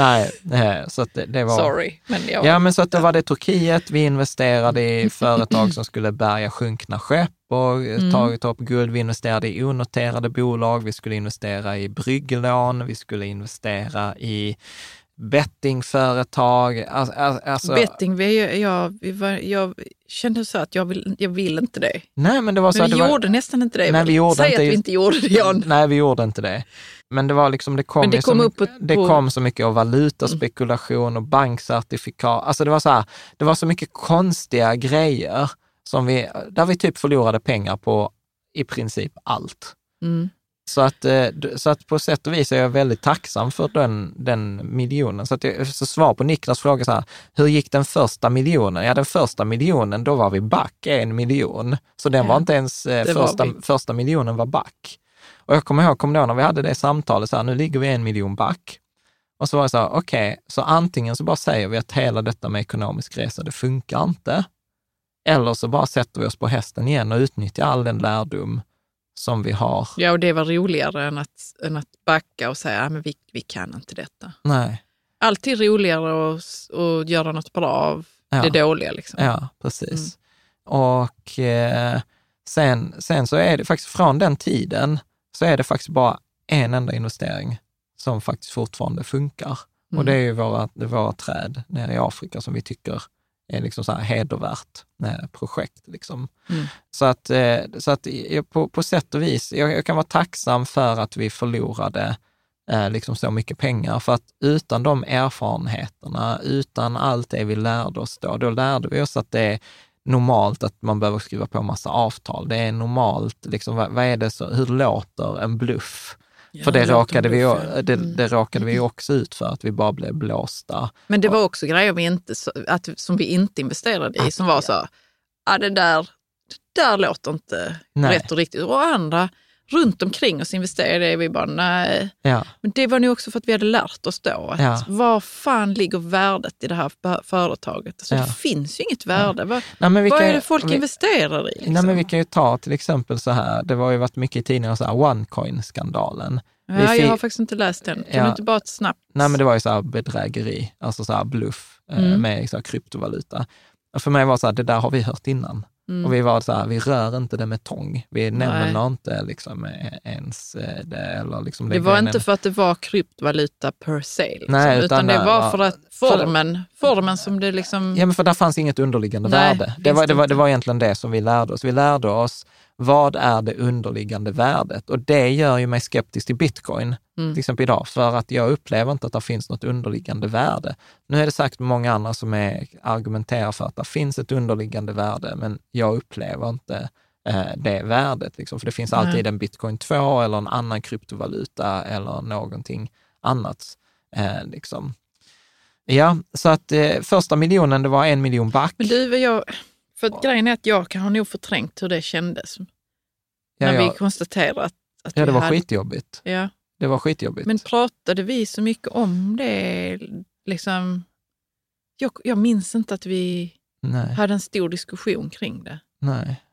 så att det var... Sorry, men Ja, men så att det var det Turkiet, vi investerade i företag som skulle bärga sjunkna skepp och tagit upp guld. Vi investerade i onoterade bolag, vi skulle investera i brygglån, vi skulle investera i bettingföretag. Alltså, betting, jag kände så att jag vill inte det. Nej, men det var så. Men vi gjorde nästan inte det. Nej, vi gjorde Säg inte, att vi inte gjorde det, Jan. Nej, vi gjorde inte det. Men det var liksom, det kom så mycket av valutaspekulation och bankcertifikat. Alltså det var så här, det var så mycket konstiga grejer där vi typ förlorade pengar på i princip allt. Så att på sätt och vis är jag väldigt tacksam för den miljonen. Så svar på Niklas fråga så här, hur gick den första miljonen? Ja, den första miljonen, då var vi back 1 miljon. Så den var inte ens, första miljonen var back. Och jag kommer ihåg när vi hade det samtalet så här, nu ligger vi 1 miljon back. Och så var det så här, okej, så antingen så bara säger vi att hela detta med ekonomisk resa, det funkar inte. Eller så bara sätter vi oss på hästen igen och utnyttjar all den lärdom som vi har. Ja, och det var roligare än att backa och säga, men vi kan inte detta. Nej. Alltid roligare att göra något bra av det dåliga. Liksom. Ja, precis. Och sen så är det faktiskt från den tiden så är det faktiskt bara en enda investering som faktiskt fortfarande funkar. Och det är ju våra träd nere i Afrika som vi tycker är liksom så här hedervärt projekt. Liksom. Så att på sätt och vis, jag kan vara tacksam för att vi förlorade liksom så mycket pengar. För att utan de erfarenheterna, utan allt det vi lärde oss då lärde vi oss att det är normalt att man behöver skriva på massa avtal. Det är normalt, liksom, vad är det så, hur låter en bluff? Ja, för det råkade vi också ut för, att vi bara blev blåsta. Men det var också grejer som vi inte investerade i, som var så, det där låter inte rätt och riktigt. Och andra runt omkring oss investerade vi bara, nej. Ja. Men det var nog också för att vi hade lärt oss då att vad fan ligger värdet i det här företaget? Alltså det finns ju inget värde. Vad är det folk investerar i? Liksom? Nej, men vi kan ju ta till exempel så här, det var ju varit mycket i tidningar så här, OneCoin-skandalen. Ja, jag har faktiskt inte läst den. Kan du inte bara ett snabbt... Nej, men det var ju så här bedrägeri, alltså så här bluff med så här kryptovaluta. Och för mig var det så här, det där har vi hört innan. Och vi var så här, vi rör inte det med tång. Vi nämner inte liksom ens det. Eller liksom det var inte för att det var kryptovaluta per se. Liksom, nej, utan det var för att formen som det liksom... Ja, men för där fanns inget underliggande värde. Det var egentligen det som vi lärde oss. Vi lärde oss, vad är det underliggande värdet? Och det gör ju mig skeptisk till Bitcoin, till exempel idag, för att jag upplever inte att det finns något underliggande värde. Nu är det sagt många andra som argumenterar för att det finns ett underliggande värde, men jag upplever inte det värdet. Liksom, för det finns alltid en Bitcoin 2 eller en annan kryptovaluta eller någonting annat. Liksom. Ja, så att första miljonen, det var 1 miljon back. Men du, för grejen är att jag har nog förträngt hur det kändes. När vi konstaterade att det var skitjobbigt. Ja. Det var skitjobbigt. Men pratade vi så mycket om det? Liksom, jag minns inte att vi hade en stor diskussion kring det. Nej.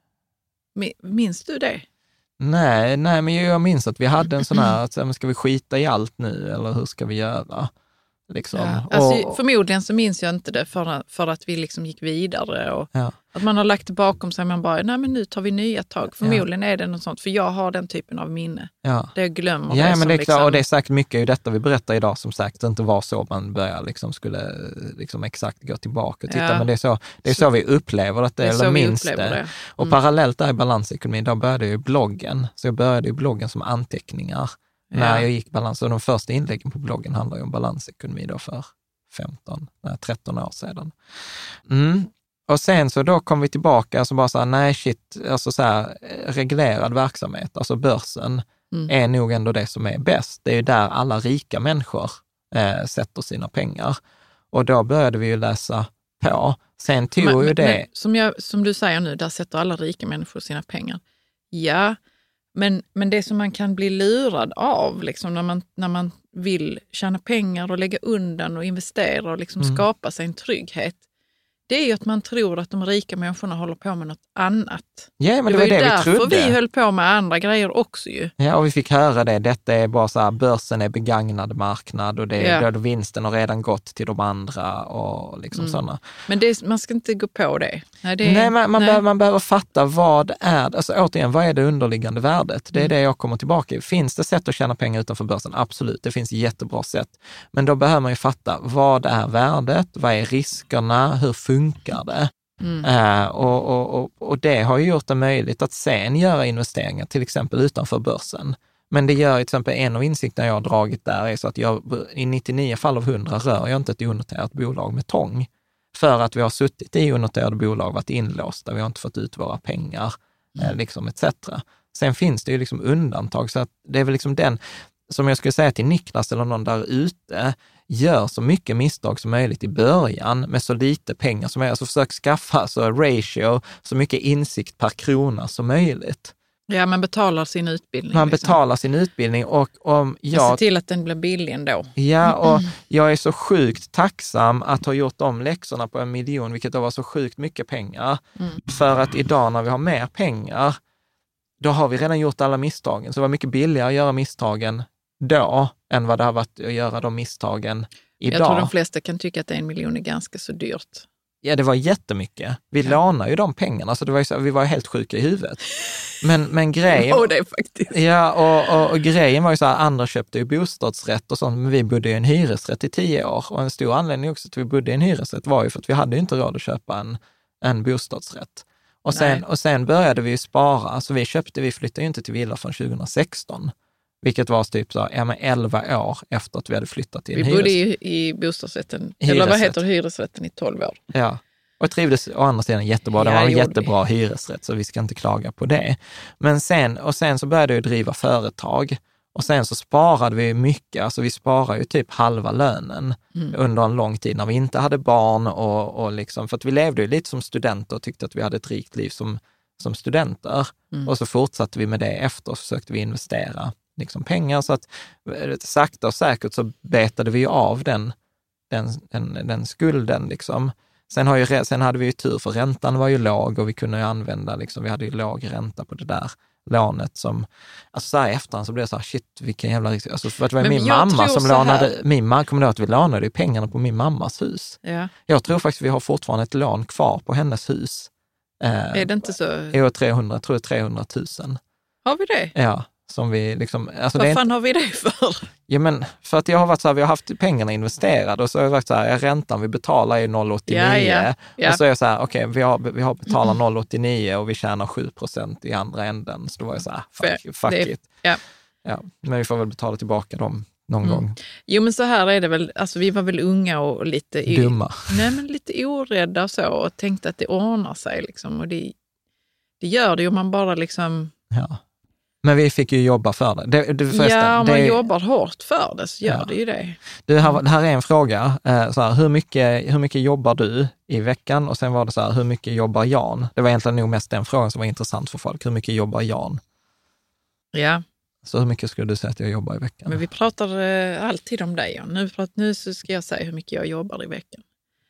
Minns du det? Nej, men jag minns att vi hade en sån här, att, ska vi skita i allt nu eller hur ska vi göra? Liksom. Ja, alltså, förmodligen så minns jag inte det för att vi liksom gick vidare och att man har lagt det bakom sig, man bara, nej men nu tar vi nya tag. Förmodligen är det något sånt, för jag har den typen av minne. Ja. Det jag glömmer. Ja, men det är klart, och det är sagt mycket i detta vi berättar idag, som sagt, det inte var så man börjar skulle exakt gå tillbaka och titta, men det är så vi upplever att det är eller minst det. Och parallellt där i balansekonomi, då började jag ju bloggen. Så jag började ju bloggen som anteckningar. När jag gick balans, och de första inläggen på bloggen handlar ju om balansekonomi då för 13 år sedan. Och sen så då kom vi tillbaka och så bara så här, alltså så här, reglerad verksamhet, alltså börsen är nog ändå det som är bäst. Det är ju där alla rika människor sätter sina pengar. Och då började vi ju läsa på. Sen tog ju det... Som du säger nu, där sätter alla rika människor sina pengar. Ja, men det som man kan bli lurad av liksom, när man vill tjäna pengar och lägga undan och investera och liksom skapa sig en trygghet, det är ju att man tror att de rika människorna håller på med något annat. Ja, men det var ju det vi trodde. Vi höll på med andra grejer också ju. Ja, och vi fick höra det. Detta är bara så här, börsen är begagnad marknad och då vinsten har redan gått till de andra och liksom sådana. Men man ska inte gå på det. Man behöver fatta vad är, alltså återigen, vad är det underliggande värdet? Det är det jag kommer tillbaka i. Finns det sätt att tjäna pengar utanför börsen? Absolut, det finns jättebra sätt. Men då behöver man ju fatta, vad är värdet? Vad är riskerna? Hur funkar det? Och det har ju gjort det möjligt att sen göra investeringar till exempel utanför börsen. Men det gör till exempel en av insikterna jag har dragit där är så att jag i 99 fall av 100 rör jag inte ett onoterat bolag med tång. För att vi har suttit i onoterade bolag, varit inlåsta, vi har inte fått ut våra pengar liksom etc. Sen finns det ju liksom undantag, så att det är väl liksom den, som jag skulle säga till Niklas eller någon där ute, gör så mycket misstag som möjligt i början med så lite pengar som möjligt. Alltså försök skaffa så ratio, så mycket insikt per krona som möjligt. Ja, man betalar sin utbildning. Man betalar sin utbildning och om jag... Se till att den blir billig ändå. Ja, och jag är så sjukt tacksam att ha gjort de läxorna på 1 miljon, vilket då var så sjukt mycket pengar. För att idag när vi har mer pengar, då har vi redan gjort alla misstagen. Så det var mycket billigare att göra misstagen då än vad det har varit att göra de misstagen idag. Jag tror de flesta kan tycka att 1 miljon är ganska så dyrt. Ja, det var jättemycket. Vi lånar ju de pengarna, så det var ju så, vi var helt sjuka i huvudet. Men grejen... Ja, det är faktiskt. Ja, och grejen var ju så här, andra köpte ju bostadsrätt och sånt, men vi bodde i en hyresrätt i 10 år. Och en stor anledning också till att vi bodde i en hyresrätt var ju för att vi hade ju inte råd att köpa en bostadsrätt. Och sen började vi ju spara, alltså vi flyttade ju inte till villa från 2016. Vilket var typ så, 11 år efter att vi hade flyttat till en hyresrätt. Vi bodde i bostadsrätten, eller vad heter hyresrätten, i 12 år. Ja, och trivdes å andra sidan jättebra. Det var en jättebra hyresrätt, så vi ska inte klaga på det. Men sen så började vi driva företag. Och sen så sparade vi mycket, alltså vi sparade ju typ halva lönen under en lång tid när vi inte hade barn. Och liksom, för att vi levde ju lite som studenter och tyckte att vi hade ett rikt liv som studenter. Och så fortsatte vi med det efter och försökte vi investera liksom pengar, så att sakta och säkert så betade vi ju av den skulden liksom. Sen hade vi ju tur, för räntan var ju låg och vi kunde ju använda liksom, vi hade ju låg ränta på det där lånet som, alltså så här efterhand så blev det så här, shit vilken jävla risk, alltså för att det var min mamma som lånade, kommer du att vi lånade ju pengarna på min mammas hus. Ja. Jag tror faktiskt vi har fortfarande ett lån kvar på hennes hus. Är det inte så? Jo, 300 000. Har vi det? Ja. Som vi liksom, alltså vad fan har vi det för? Ja, men för att jag har varit så här, vi har haft pengarna investerade och så har jag varit så här, räntan vi betalar är 0,89 och så är jag så här, okej, vi har betalat 0,89 och vi tjänar 7% i andra änden, så då var jag så här, fuck it. Ja, men vi får väl betala tillbaka dem någon gång. Jo, men så här är det väl, alltså vi var väl unga och lite dumma. Nej, men lite orädda och så, och tänkte att det ordnar sig liksom, och det gör det ju om man bara liksom... Ja. Men vi fick ju jobba för det. Om man jobbar hårt för det så gör det ju det. Det här är en fråga. Så här, hur mycket jobbar du i veckan? Och sen var det så här, hur mycket jobbar Jan? Det var egentligen nog mest den frågan som var intressant för folk. Hur mycket jobbar Jan? Ja. Så hur mycket skulle du säga att jag jobbar i veckan? Men vi pratar alltid om dig, Jan. Nu så ska jag säga hur mycket jag jobbar i veckan.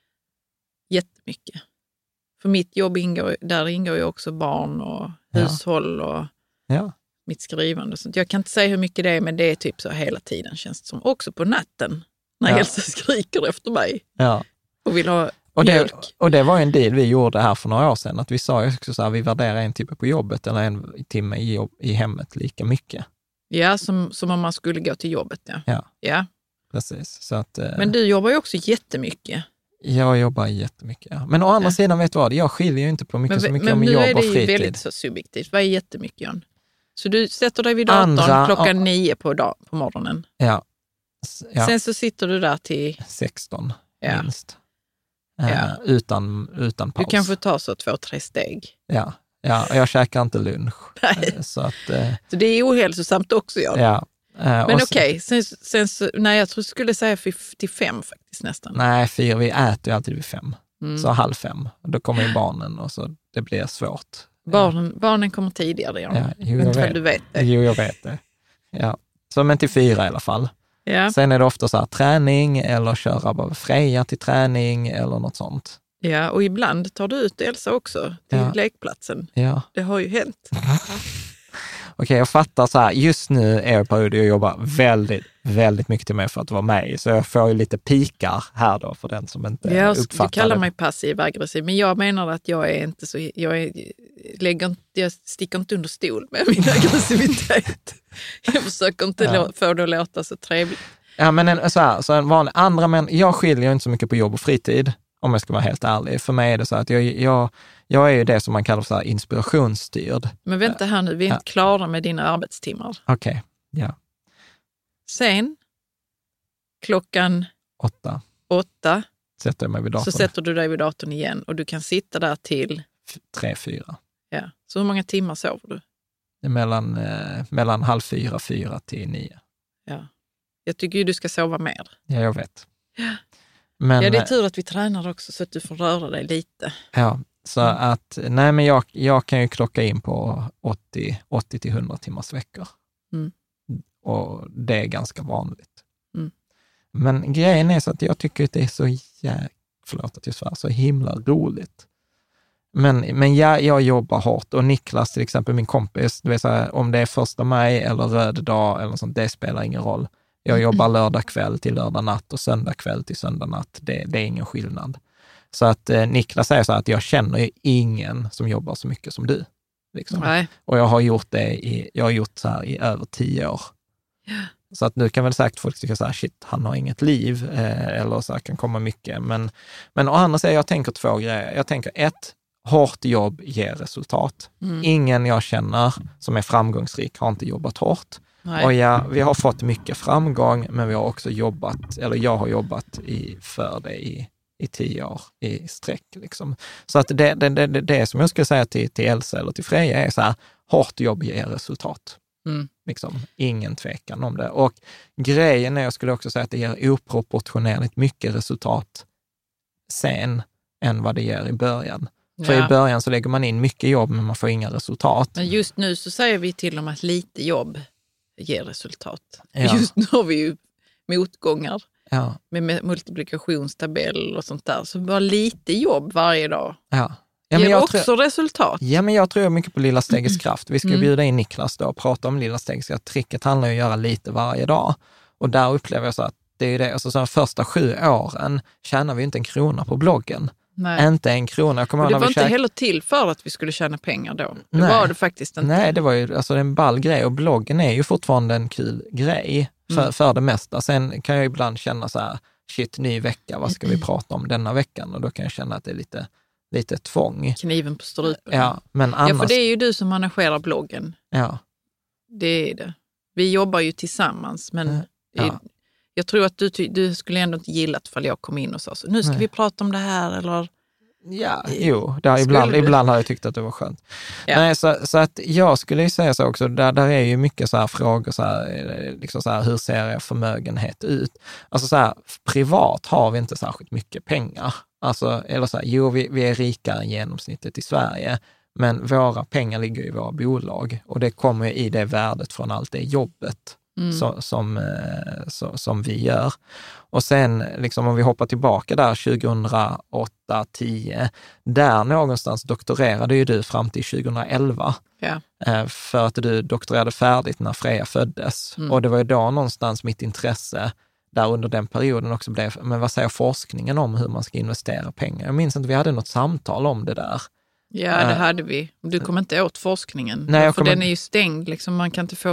Jättemycket. För mitt jobb ingår ju också barn och hushåll och... Ja. Mitt skrivande. Så jag kan inte säga hur mycket det är, men det är typ så hela tiden, känns det som. Också på natten när Elsa skriker efter mig och vill ha mjölk. Och det var en deal vi gjorde här för några år sedan, att vi sa också så här, vi värderar en timme på jobbet eller en timme i hemmet lika mycket. Ja, som om man skulle gå till jobbet. Ja. Precis. Så att, men du jobbar ju också jättemycket. Jag jobbar jättemycket, ja. Men å andra sidan, vet du vad, jag skiljer ju inte på mycket så mycket om jobb och fritid. Men nu är det ju väldigt så subjektivt. Vad är jättemycket, Jan? Så du sätter dig vid datorn klockan 9 på morgonen. Ja. Sen så sitter du där till 16 minst. Utan paus. Du kanske tar så 2-3 steg. Ja, jag käkar inte lunch. Så det är ohälsosamt också, ja. Men okej, sen så, nej, jag tror jag skulle säga 5 faktiskt nästan. Nej, 4, vi äter ju alltid vid 5. Så 4:30. Då kommer ju barnen och så det blir svårt. Barnen kommer tidigare, du vet det. Jo, jag vet det. Ja. Så men till 4 i alla fall. Ja. Sen är det ofta så här träning eller köra bara Freja till träning eller något sånt. Ja, och ibland tar du ut Elsa också till lekplatsen. Ja. Det har ju hänt. Okej, jag fattar så här, just nu är jag på att jag jobbar väldigt, väldigt mycket till mig för att vara med. Så jag får ju lite pikar här då för den som inte uppfattar det. Du kallar mig passiv-aggressiv, men jag menar att jag är inte så, jag sticker inte under stol med min aggressivitet. Jag försöker inte få det att låta så trevligt. Ja, men så en vanlig andra, men jag skiljer inte så mycket på jobb och fritid, om jag ska vara helt ärlig. För mig är det så att jag är ju det som man kallar för så här inspirationsstyrd. Men vänta här nu, vi är inte klara med dina arbetstimmar. Okej, ja. Sen, klockan 8 sätter jag mig vid datorn. Så sätter du dig vid datorn igen och du kan sitta där till 3-4. Ja, så hur många timmar sover du? mellan 3:30, 4 till 9. Ja. Jag tycker ju du ska sova mer. Ja, jag vet. Ja. Men, det är tur att vi tränar också så att du får röra dig lite. Ja, så att nej, men jag kan ju klocka in på 80 till 100 timmars veckor. Och det är ganska vanligt. Men grejen är så att jag tycker att det är så himla roligt. Men jag jobbar hårt och Niklas till exempel, min kompis, du vet så här, om det är 1 maj eller röd dag eller sånt, det spelar ingen roll. Jag jobbar lördag kväll till lördag natt och söndag kväll till söndag natt. Det är ingen skillnad. Så att Niklas säger så här att jag känner ju ingen som jobbar så mycket som du. Liksom. Nej. Och jag har gjort så här i över 10 år. Ja. Så att nu kan väl säkert folk tycka så här, shit, han har inget liv. Eller så här, kan komma mycket. Men å andra sidan, jag tänker 2 grejer. Jag tänker 1, hårt jobb ger resultat. Ingen jag känner som är framgångsrik har inte jobbat hårt. Nej. Och ja, vi har fått mycket framgång, men vi har också jobbat, eller jag har jobbat för det i 10 år i sträck. Liksom. Så att det som jag skulle säga till Elsa eller till Freja är så här, hårt jobb ger resultat. Liksom, ingen tvekan om det. Och grejen är, jag skulle också säga att det ger oproportionerligt mycket resultat sen än vad det ger i början. För i början så lägger man in mycket jobb men man får inga resultat. Men just nu så säger vi till och med att lite jobb ger resultat. Ja. Just nu har vi ju motgångar med multiplikationstabell och sånt där. Så bara lite jobb varje dag ger också resultat. Ja, men jag tror mycket på lilla stegets kraft. Vi ska bjuda in Niklas då och prata om lilla stegets kraft. Tricket handlar ju om att göra lite varje dag. Och där upplever jag så att det är det. Alltså så de första 7 åren tjänar vi inte en krona på bloggen. Nej. Inte en krona. Det var inte heller till för att vi skulle tjäna pengar då. Det var det faktiskt inte. Nej, det var ju alltså en ball grej och bloggen är ju fortfarande en kul grej för det mesta. Sen kan jag ibland känna så här, shit, ny vecka, vad ska vi prata om denna veckan? Och då kan jag känna att det är lite tvång. Kniven på strupen. Ja, men annars... Ja, för det är ju du som managerar bloggen. Ja. Det är det. Vi jobbar ju tillsammans, men jag tror att du skulle ändå inte gilla ifall jag kom in och sa så, nu ska vi prata om det här, eller... Ja, ibland har jag tyckt att det var skönt. Ja. Nej, så att jag skulle ju säga så också, där är ju mycket så här frågor så här, liksom så här, hur ser er förmögenhet ut? Alltså så här, privat har vi inte särskilt mycket pengar. Alltså, eller så här, jo, vi är rikare än genomsnittet i Sverige, men våra pengar ligger i våra bolag och det kommer ju i det värdet från allt det jobbet som vi gör. Och sen liksom, om vi hoppar tillbaka där 2008-10, där någonstans doktorerade ju du fram till 2011. Ja. För att du doktorerade färdigt när Freja föddes. Och det var ju då någonstans mitt intresse där under den perioden också blev, men vad säger forskningen om hur man ska investera pengar? Jag minns inte, vi hade något samtal om det där. Ja, det hade vi. Du kom inte åt forskningen. Nej, för den är ju stängd. Liksom, man kan inte få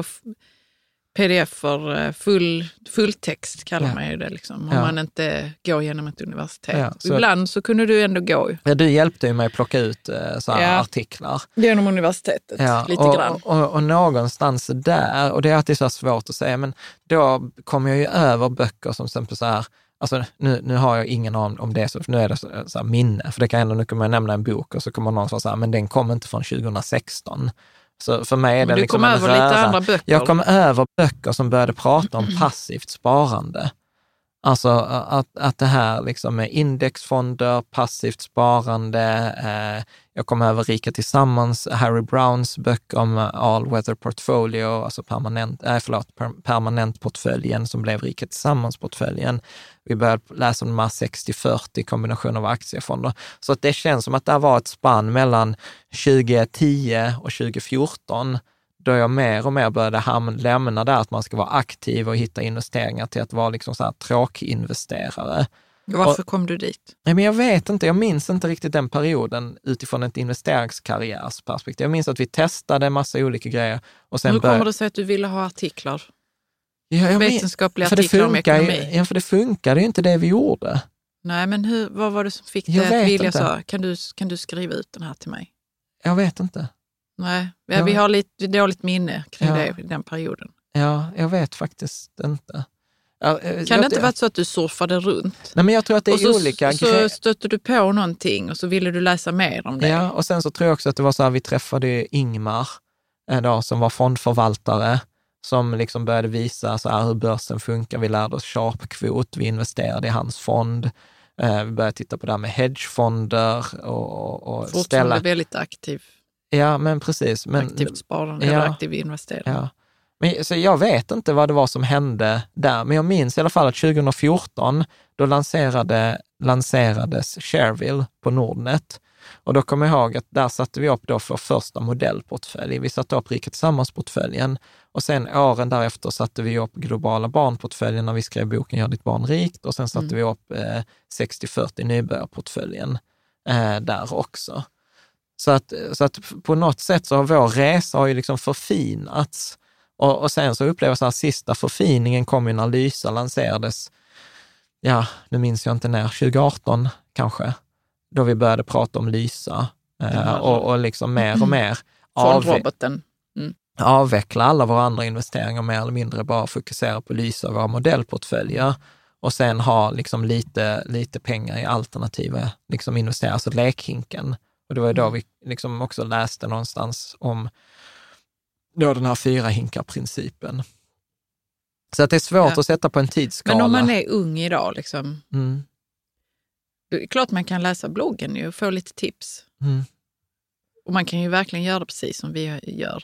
pdf-er, fulltext kallar man ju det. Liksom, om man inte går genom ett universitet. Ja, så ibland så kunde du ändå gå. Ja, du hjälpte ju mig att plocka ut artiklar. Genom universitetet, lite grann. Och någonstans där, och det är alltid så svårt att säga, men då kom jag ju över böcker som exempel så här. Alltså nu har jag ingen aning om det, så nu är det så här minne. För det kan ändå, nu kan man nämna en bok och så kommer någon säga, men den kom inte från 2016. Så för mig är det liksom en röra. Lite andra böcker. Jag kom över böcker som började prata om passivt sparande. Alltså att det här liksom med indexfonder, passivt sparande. Jag kom över Rika Tillsammans, Harry Browns böcker om All Weather Portfolio, alltså permanentportföljen som blev Rika Tillsammans-portföljen. Vi började läsa om de här 60-40 kombination av aktiefonder. Så att det känns som att det var ett spann mellan 2010 och 2014 då jag mer och mer började lämna där att man ska vara aktiv och hitta investeringar till att vara liksom så här tråkinvesterare. Varför kom du dit? Men jag vet inte, jag minns inte riktigt den perioden utifrån ett investeringskarriärsperspektiv. Jag minns att vi testade en massa olika grejer. Och sen hur kommer det sig att du ville ha artiklar? Vetenskapliga för artiklar om ekonomi? Ja, för det funkade ju inte det vi gjorde. Nej, men vad var det som fick dig att vilja så? Kan du skriva ut den här till mig? Jag vet inte. Nej, vi har lite dåligt minne kring det i den perioden. Ja, jag vet faktiskt inte. Kan det inte vara så att du surfade runt? Nej, men jag tror att det är olika grejer. Så stötte du på någonting och så ville du läsa mer om det. Ja, och sen så tror jag också att det var så här, vi träffade Ingmar då, som var fondförvaltare, som liksom började visa så här hur börsen funkar. Vi lärde oss Sharpe-kvot, vi investerade i hans fond. Vi började titta på det här med hedgefonder och fortfarande väldigt aktiv. Ja, men precis. Men, aktivt sparande eller aktiv investering. Ja. Men, så jag vet inte vad det var som hände där, men jag minns i alla fall att 2014 då lanserades Shareville på Nordnet. Och då kommer jag ihåg att där satte vi upp då för första modellportfölj. Vi satte upp Rika Tillsammans-portföljen och sen åren därefter satte vi upp globala barnportföljen när vi skrev boken Gör ditt barn rikt, och sen satte vi upp 60-40 nybörjarportföljen där också. Så att på något sätt så har vår resa har ju liksom förfinats. Och sen så upplever jag så här, sista förfiningen kom ju när Lysa lanserades, ja, nu minns jag inte när, 2018 kanske, då vi började prata om Lysa och liksom mer och mer avveckla alla våra andra investeringar, mer eller mindre bara fokusera på Lysa, våra modellportföljer, och sen ha liksom lite pengar i alternativa liksom investeringar, alltså lekhinken. Och det var ju då vi liksom också läste någonstans om då den här 4-hinkar-principen. Så att det är svårt att sätta på en tidsskala. Men om man är ung idag, liksom, det är klart man kan läsa bloggen nu och få lite tips. Och man kan ju verkligen göra det precis som vi gör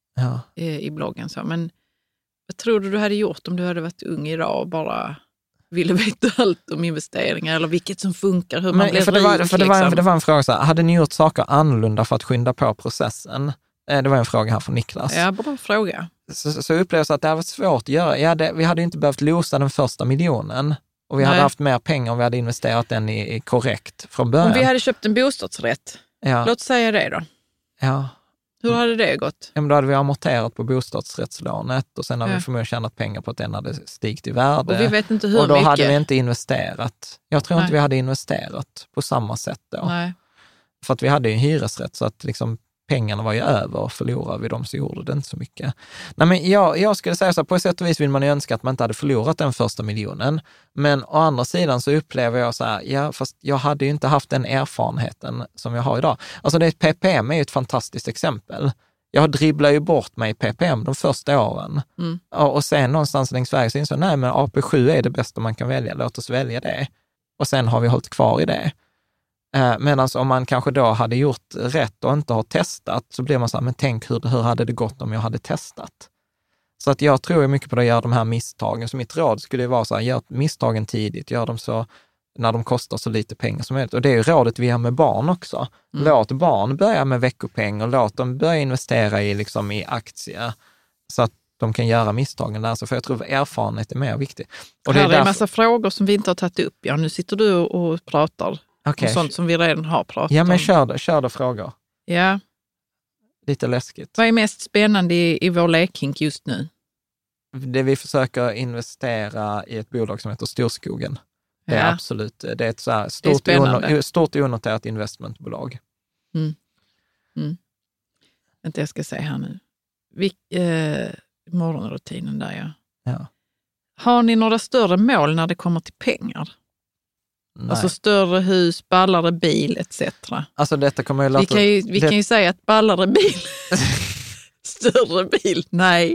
i bloggen. Så. Men vad tror du hade gjort om du hade varit ung idag och bara ville veta allt om investeringar eller vilket som funkar, hur man blir rik? Det var en fråga så här, hade ni gjort saker annorlunda för att skynda på processen? Det var en fråga här från Niklas. Ja, bra fråga. Så upplevde jag att det hade varit svårt att göra. Vi hade inte behövt losa den första miljonen. Och vi hade haft mer pengar om vi hade investerat den i korrekt från början. Om vi hade köpt en bostadsrätt, låt säga det då. Ja. Hur hade det gått? Ja, men då hade vi amorterat på bostadsrättslånet och sen hade vi förmodligen tjänat pengar på att den hade stigit i värde. Och vi vet inte hur mycket. Och då hade vi inte investerat. Jag tror inte vi hade investerat på samma sätt då. Nej. För att vi hade ju en hyresrätt, så att liksom pengarna var ju över, och förlorade vi dem så gjorde det inte så mycket. Nej, men jag skulle säga så här, på ett sätt och vis vill man ju önska att man inte hade förlorat den första miljonen. Men å andra sidan så upplever jag så här, fast jag hade ju inte haft den erfarenheten som jag har idag. Alltså PPM är ju ett fantastiskt exempel. Jag dribblar ju bort mig i PPM de första åren. Och sen någonstans längs vägen så insåg jag, nej men AP7 är det bästa man kan välja, låt oss välja det. Och sen har vi hållit kvar i det. Medan om man kanske då hade gjort rätt och inte har testat, så blir man så här, men tänk hur hade det gått om jag hade testat? Så att jag tror mycket på att göra de här misstagen. Så mitt råd skulle vara så här, gör misstagen tidigt, gör dem så när de kostar så lite pengar som möjligt. Och det är ju rådet vi har med barn också. Låt barn börja med veckopeng och låt dem börja investera i aktier så att de kan göra misstagen där. Så för jag tror att erfarenhet är mer viktigt. Och det är en massa frågor som vi inte har tagit upp. Ja, nu sitter du och pratar. Okay. Och sånt som vi redan har pratat om. Ja, men kör då frågor. Ja. Lite läskigt. Vad är mest spännande i vår lekhink just nu? Det vi försöker investera i ett bolag som heter Storskogen. Det är absolut, det är ett så här stort onoterat investmentbolag. Inte jag ska säga här nu. Morgonrutinen där, ja. Har ni några större mål när det kommer till pengar? Nej. Alltså större hus, ballare bil, etc. Alltså detta kommer ju låta... Vi kan ju säga att ballare bil, större bil, nej.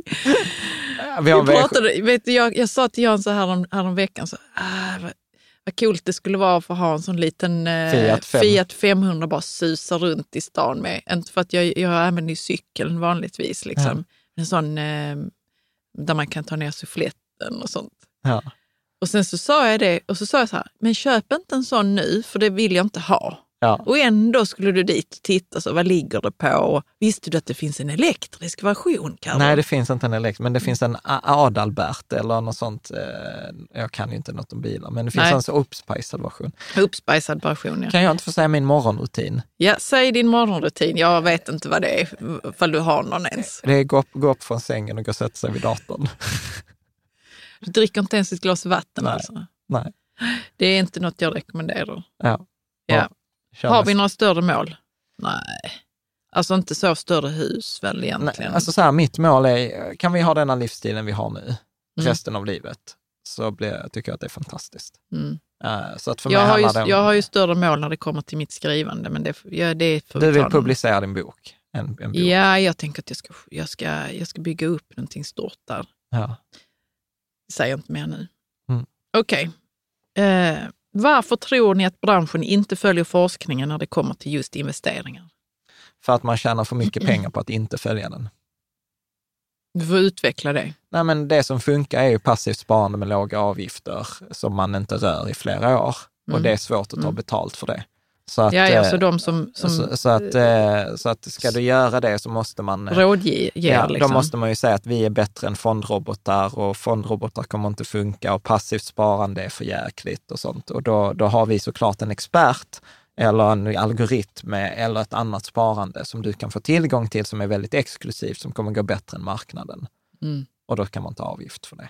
Jag sa till Jan så här om veckan, så, vad coolt det skulle vara för att ha en sån liten Fiat 500 bara susar runt i stan med. Inte för att jag använder ju cykeln vanligtvis, liksom. En sån där man kan ta ner suffletten och sånt. Ja. Och sen så sa jag det, och så sa jag så här, men köp inte en sån nu, för det vill jag inte ha. Ja. Och ändå skulle du dit och titta, så vad ligger det på? Och visste du att det finns en elektrisk version, Karin? Nej, det finns inte en elektrisk, men det finns en Adalbert eller något sånt. Jag kan ju inte något om bilar, men det finns en så uppspejsad version. Uppspejsad version, ja. Kan jag inte få säga min morgonrutin? Ja, säg din morgonrutin. Jag vet inte vad det är, för du har någon ens. Det är gå upp från sängen och gå och sätta sig vid datorn. Du dricker inte ens ett glas vatten, alltså? Nej. Det är inte något jag rekommenderar. Ja. Har vi några större mål? Nej. Alltså inte så större hus väl egentligen. Nej, alltså så här, mitt mål är, kan vi ha denna livsstilen vi har nu resten av livet, så tycker jag att det är fantastiskt. Så att för mig jag har ju större mål när det kommer till mitt skrivande, men det är för du vill publicera din bok? en bok. Ja, jag tänker att jag ska bygga upp någonting stort där. Ja. Säger inte mer nu. Mm. Okej. Varför tror ni att branschen inte följer forskningen när det kommer till just investeringar? För att man tjänar för mycket pengar på att inte följa den. Du får utveckla det. Nej, men det som funkar är ju passivt sparande med låga avgifter som man inte rör i flera år. Och det är svårt att ta betalt för det. Så att, så de som så att ska du göra det så måste man rådger liksom. liksom. Då måste man ju säga att vi är bättre än fondrobotar och fondrobotar kommer inte funka och passivt sparande är för jäkligt och sånt. Och då har vi såklart en expert eller en algoritm eller ett annat sparande som du kan få tillgång till som är väldigt exklusivt, som kommer gå bättre än marknaden. Och då kan man ta avgift för det.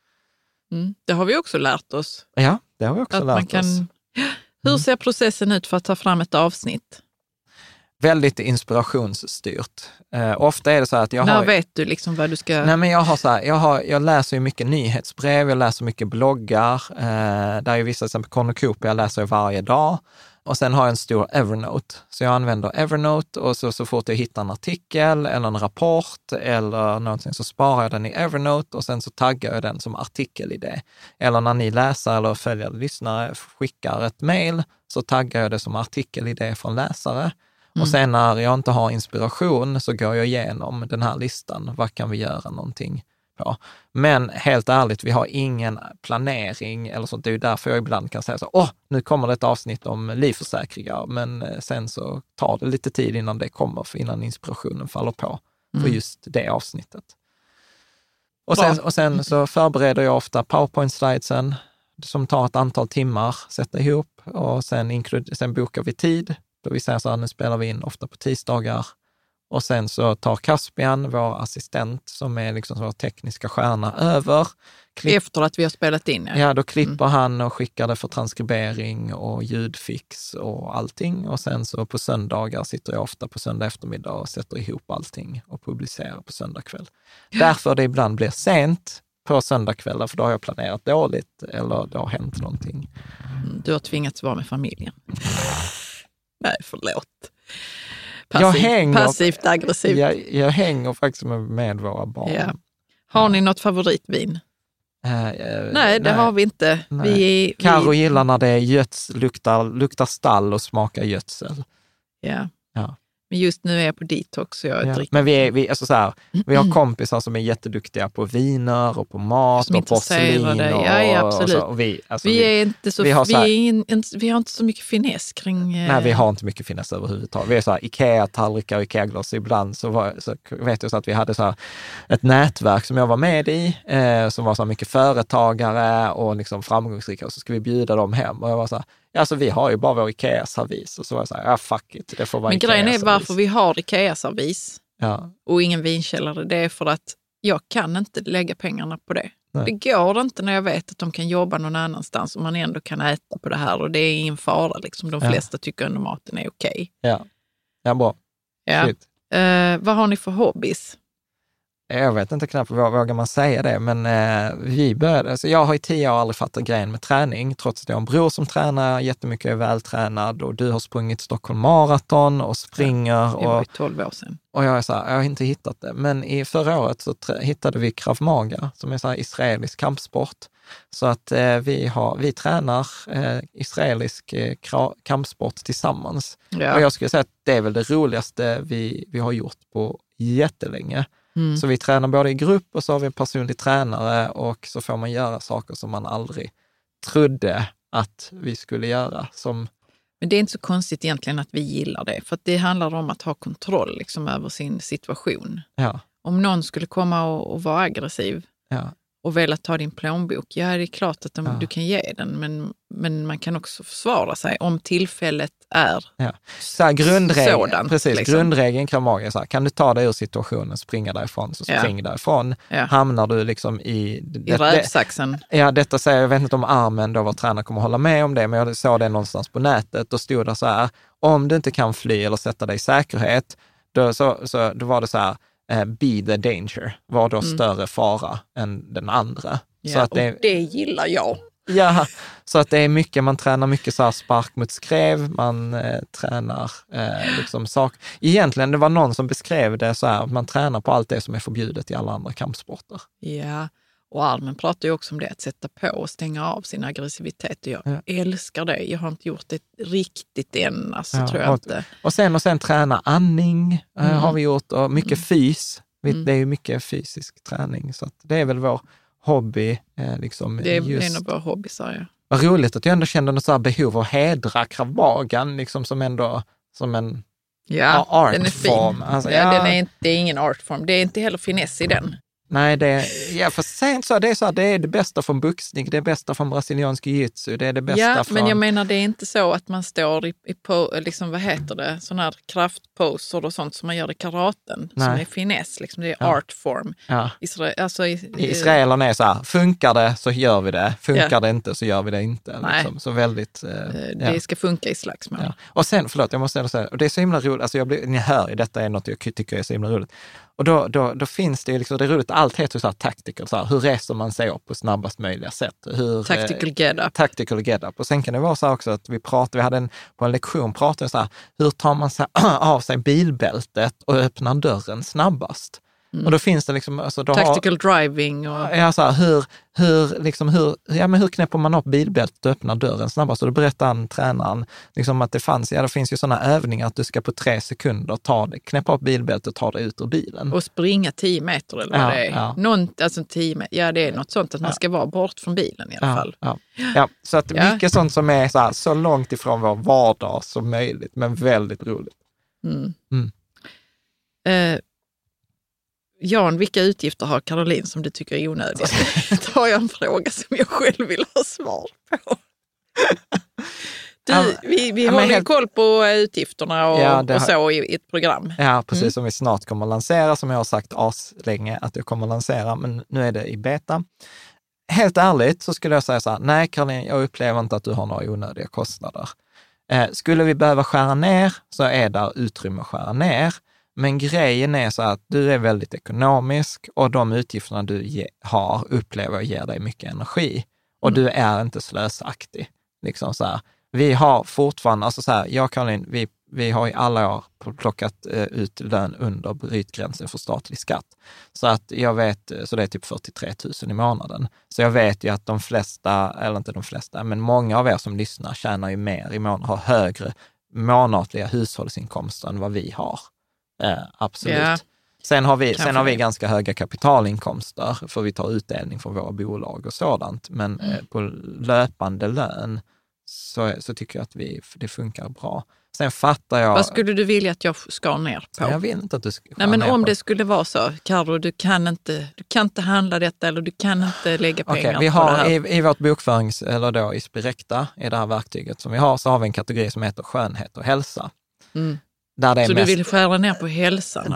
Det har vi också lärt oss. Ja, det har vi också lärt oss. Hur ser processen ut för att ta fram ett avsnitt? Väldigt inspirationsstyrt. Ofta är det så att När vet du liksom vad du ska... Nej, men jag läser ju mycket nyhetsbrev, jag läser mycket bloggar. Där är vissa, till exempel Cornucopia, jag läser varje dag. Och sen har jag en stor Evernote. Så jag använder Evernote och så fort jag hittar en artikel eller en rapport eller någonting så sparar jag den i Evernote och sen så taggar jag den som artikelidé. Eller när ni läsare eller följare lyssnare skickar ett mejl så taggar jag det som artikelidé från läsare. Och sen när jag inte har inspiration så går jag igenom den här listan. Vad kan vi göra någonting på? Men helt ärligt, vi har ingen planering eller sånt. Det är ju därför jag ibland kan säga så, nu kommer det ett avsnitt om livförsäkringar, men sen så tar det lite tid innan det kommer, innan inspirationen faller på för just det avsnittet. Och sen så förbereder jag ofta PowerPoint-slidesen som tar ett antal timmar, sätta ihop och sen bokar vi tid. Då vi säger så här, nu spelar vi in ofta på tisdagar. Och sen så tar Caspian, vår assistent, som är liksom vår tekniska stjärna, över. Efter att vi har spelat in. Ja, då klipper han och skickar det för transkribering och ljudfix och allting. Och sen så på söndagar sitter jag ofta på söndag eftermiddag och sätter ihop allting och publicerar på söndag kväll. Därför det ibland blir sent på söndagkvällar, för då har jag planerat dåligt eller det har hänt någonting. Du har vara med familjen. Nej, förlåt. Passivt aggressivt. Jag hänger faktiskt med våra barn. Ja. Har ni något favoritvin? Nej, det har vi inte. Karo gillar när det luktar stall och smakar gödsel. Ja. Men just nu är jag på detox. Men vi har kompisar som är jätteduktiga på viner och på mat och porslin. Ja, absolut. Vi har inte så mycket finess kring... Nej, vi har inte mycket finess överhuvudtaget. Vi är så här Ikea-tallrikar och Ikea-glas ibland. Så vet jag så att vi hade så här ett nätverk som jag var med i, som var så mycket företagare och liksom framgångsrika, och så ska vi bjuda dem hem. Och jag var så här, alltså vi har ju bara vår Ikea-servis. Och så var jag så här, fuck it, det får vara men grejen är varför vi har Ikea-servis och ingen vinkällare. Det är för att jag kan inte lägga pengarna på det. Nej. Det går inte när jag vet att de kan jobba någon annanstans och man ändå kan äta på det här. Och det är ingen fara. Liksom. De flesta tycker ändå maten är okej. Ja, bra. Ja. Vad har ni för hobbies? Jag vet inte knappt vågar man säga det, men vi började, alltså jag har i 10 år aldrig fattat grejen med träning, trots att jag har en bror som tränar jättemycket, är vältränad, och du har sprungit Stockholm Marathon och springer. Det var 12 år sedan. Och jag är så här, jag har inte hittat det. Men i förra året så hittade vi Krav Maga, som är så här israelisk kampsport. Så att vi tränar israelisk kampsport tillsammans. Ja. Och jag skulle säga att det är väl det roligaste vi har gjort på jättelänge. Så vi tränar både i grupp och så har vi en personlig tränare, och så får man göra saker som man aldrig trodde att vi skulle göra. Men det är inte så konstigt egentligen att vi gillar det, för att det handlar om att ha kontroll liksom över sin situation. Ja. Om någon skulle komma och vara aggressiv och vilja ta din plånbok, det är klart att du kan ge den, men man kan också försvara sig om tillfället är så här, sådant. Precis, liksom. Grundregeln kan vara så här, kan du ta dig ur situationen, springa därifrån, så spring därifrån. Ja. Hamnar du liksom i rävsaxen. Detta säger, jag vet inte om Armen då, vår tränare, kommer hålla med om det, men jag såg det någonstans på nätet, då stod det så här, om du inte kan fly eller sätta dig i säkerhet, då var det så här, be the danger, var då större fara än den andra. Ja, så att det gillar jag. Ja, så att det är mycket, man tränar mycket så här spark mot skrev, man tränar liksom egentligen, det var någon som beskrev det så här, man tränar på allt det som är förbjudet i alla andra kampsporter. Ja, och Armen pratar ju också om det, att sätta på och stänga av sin aggressivitet. Jag älskar det. Jag har inte gjort det riktigt än, alltså, tror jag inte. Och sen träna andning har vi gjort, och mycket fys. Det är ju mycket fysisk träning, så att det är väl vår hobby. Liksom, det är en av våra hobbysar, ja. Vad roligt att jag ändå kände något så här behov av att hedra Krav Magan, liksom som en artform. Alltså, det är ingen artform. Det är inte heller finess i den. Nej, för sent så det är det bästa från boxning, det är det bästa från brasiliansk jiu-jitsu, det är det bästa från... men jag menar, det är inte så att man står på liksom, vad heter det, sådana här kraftposer och sånt som man gör i karaten, som är finess, liksom, det är artform. Ja. Israelerna är så här, funkar det så gör vi det, funkar det inte så gör vi det inte. Liksom. Så väldigt... det ska funka i slagsmål. Ja. Och sen, jag måste säga, och det är så himla roligt, alltså ni hör ju, detta är något jag tycker är så himla roligt. Och då finns det ju liksom, det är roligt, allt heter så här tactical, så här, hur reser man sig upp på snabbast möjliga sätt? Tactical get up. Och sen kan det vara så här också att vi hade på en lektion pratade så här, hur tar man sig av sig bilbältet och öppnar dörren snabbast? Och då finns det liksom... Alltså, tactical driving. Och... Ja, så här, hur knäpper man upp bilbältet och öppnar dörren snabbast? Och då berättar tränaren liksom att det finns ju sådana övningar att du ska på 3 sekunder knäppa upp bilbältet och ta det ut ur bilen. Och springa 10 meter eller vad det är. 10 meter, det är något sånt att man ska vara bort från bilen i alla fall. Ja, så att mycket sånt som är så långt ifrån vår vardag som möjligt, men väldigt roligt. Jan, vilka utgifter har Caroline som du tycker är onödiga? Tar jag en fråga som jag själv vill ha svar på. Vi håller koll på utgifterna och så i ett program. Ja, precis som vi snart kommer att lansera, som jag har sagt länge att jag kommer att lansera, men nu är det i beta. Helt ärligt så skulle jag säga så här, nej Caroline, jag upplever inte att du har några onödiga kostnader. Skulle vi behöva skära ner så är där utrymme att skära ner. Men grejen är så att du är väldigt ekonomisk och de utgifterna du har upplever och ger dig mycket energi. Och du är inte slösaktig. Liksom så här. Vi har fortfarande, alltså så här, jag och Caroline, vi har i alla år plockat ut lön under brytgränsen för statlig skatt. Så att jag vet, så det är typ 43 000 i månaden. Så jag vet ju att de flesta, eller inte de flesta, men många av er som lyssnar tjänar ju mer i månaden, har högre månatliga hushållsinkomster än vad vi har. Absolut. Yeah. Sen har vi ganska höga kapitalinkomster, för vi tar utdelning från våra bolag och sådant. Men på löpande lön så tycker jag att det funkar bra. Sen fattar jag... Vad skulle du vilja att jag skar ner på? Jag vill inte att du ska skar ner på. Om det skulle vara så, Karo, du kan inte handla detta, eller du kan inte lägga pengar vi har på det här. I vårt bokförings, eller då i Spirecta, i det här verktyget som vi har, så har vi en kategori som heter skönhet och hälsa. Så du vill skära ner på hälsan?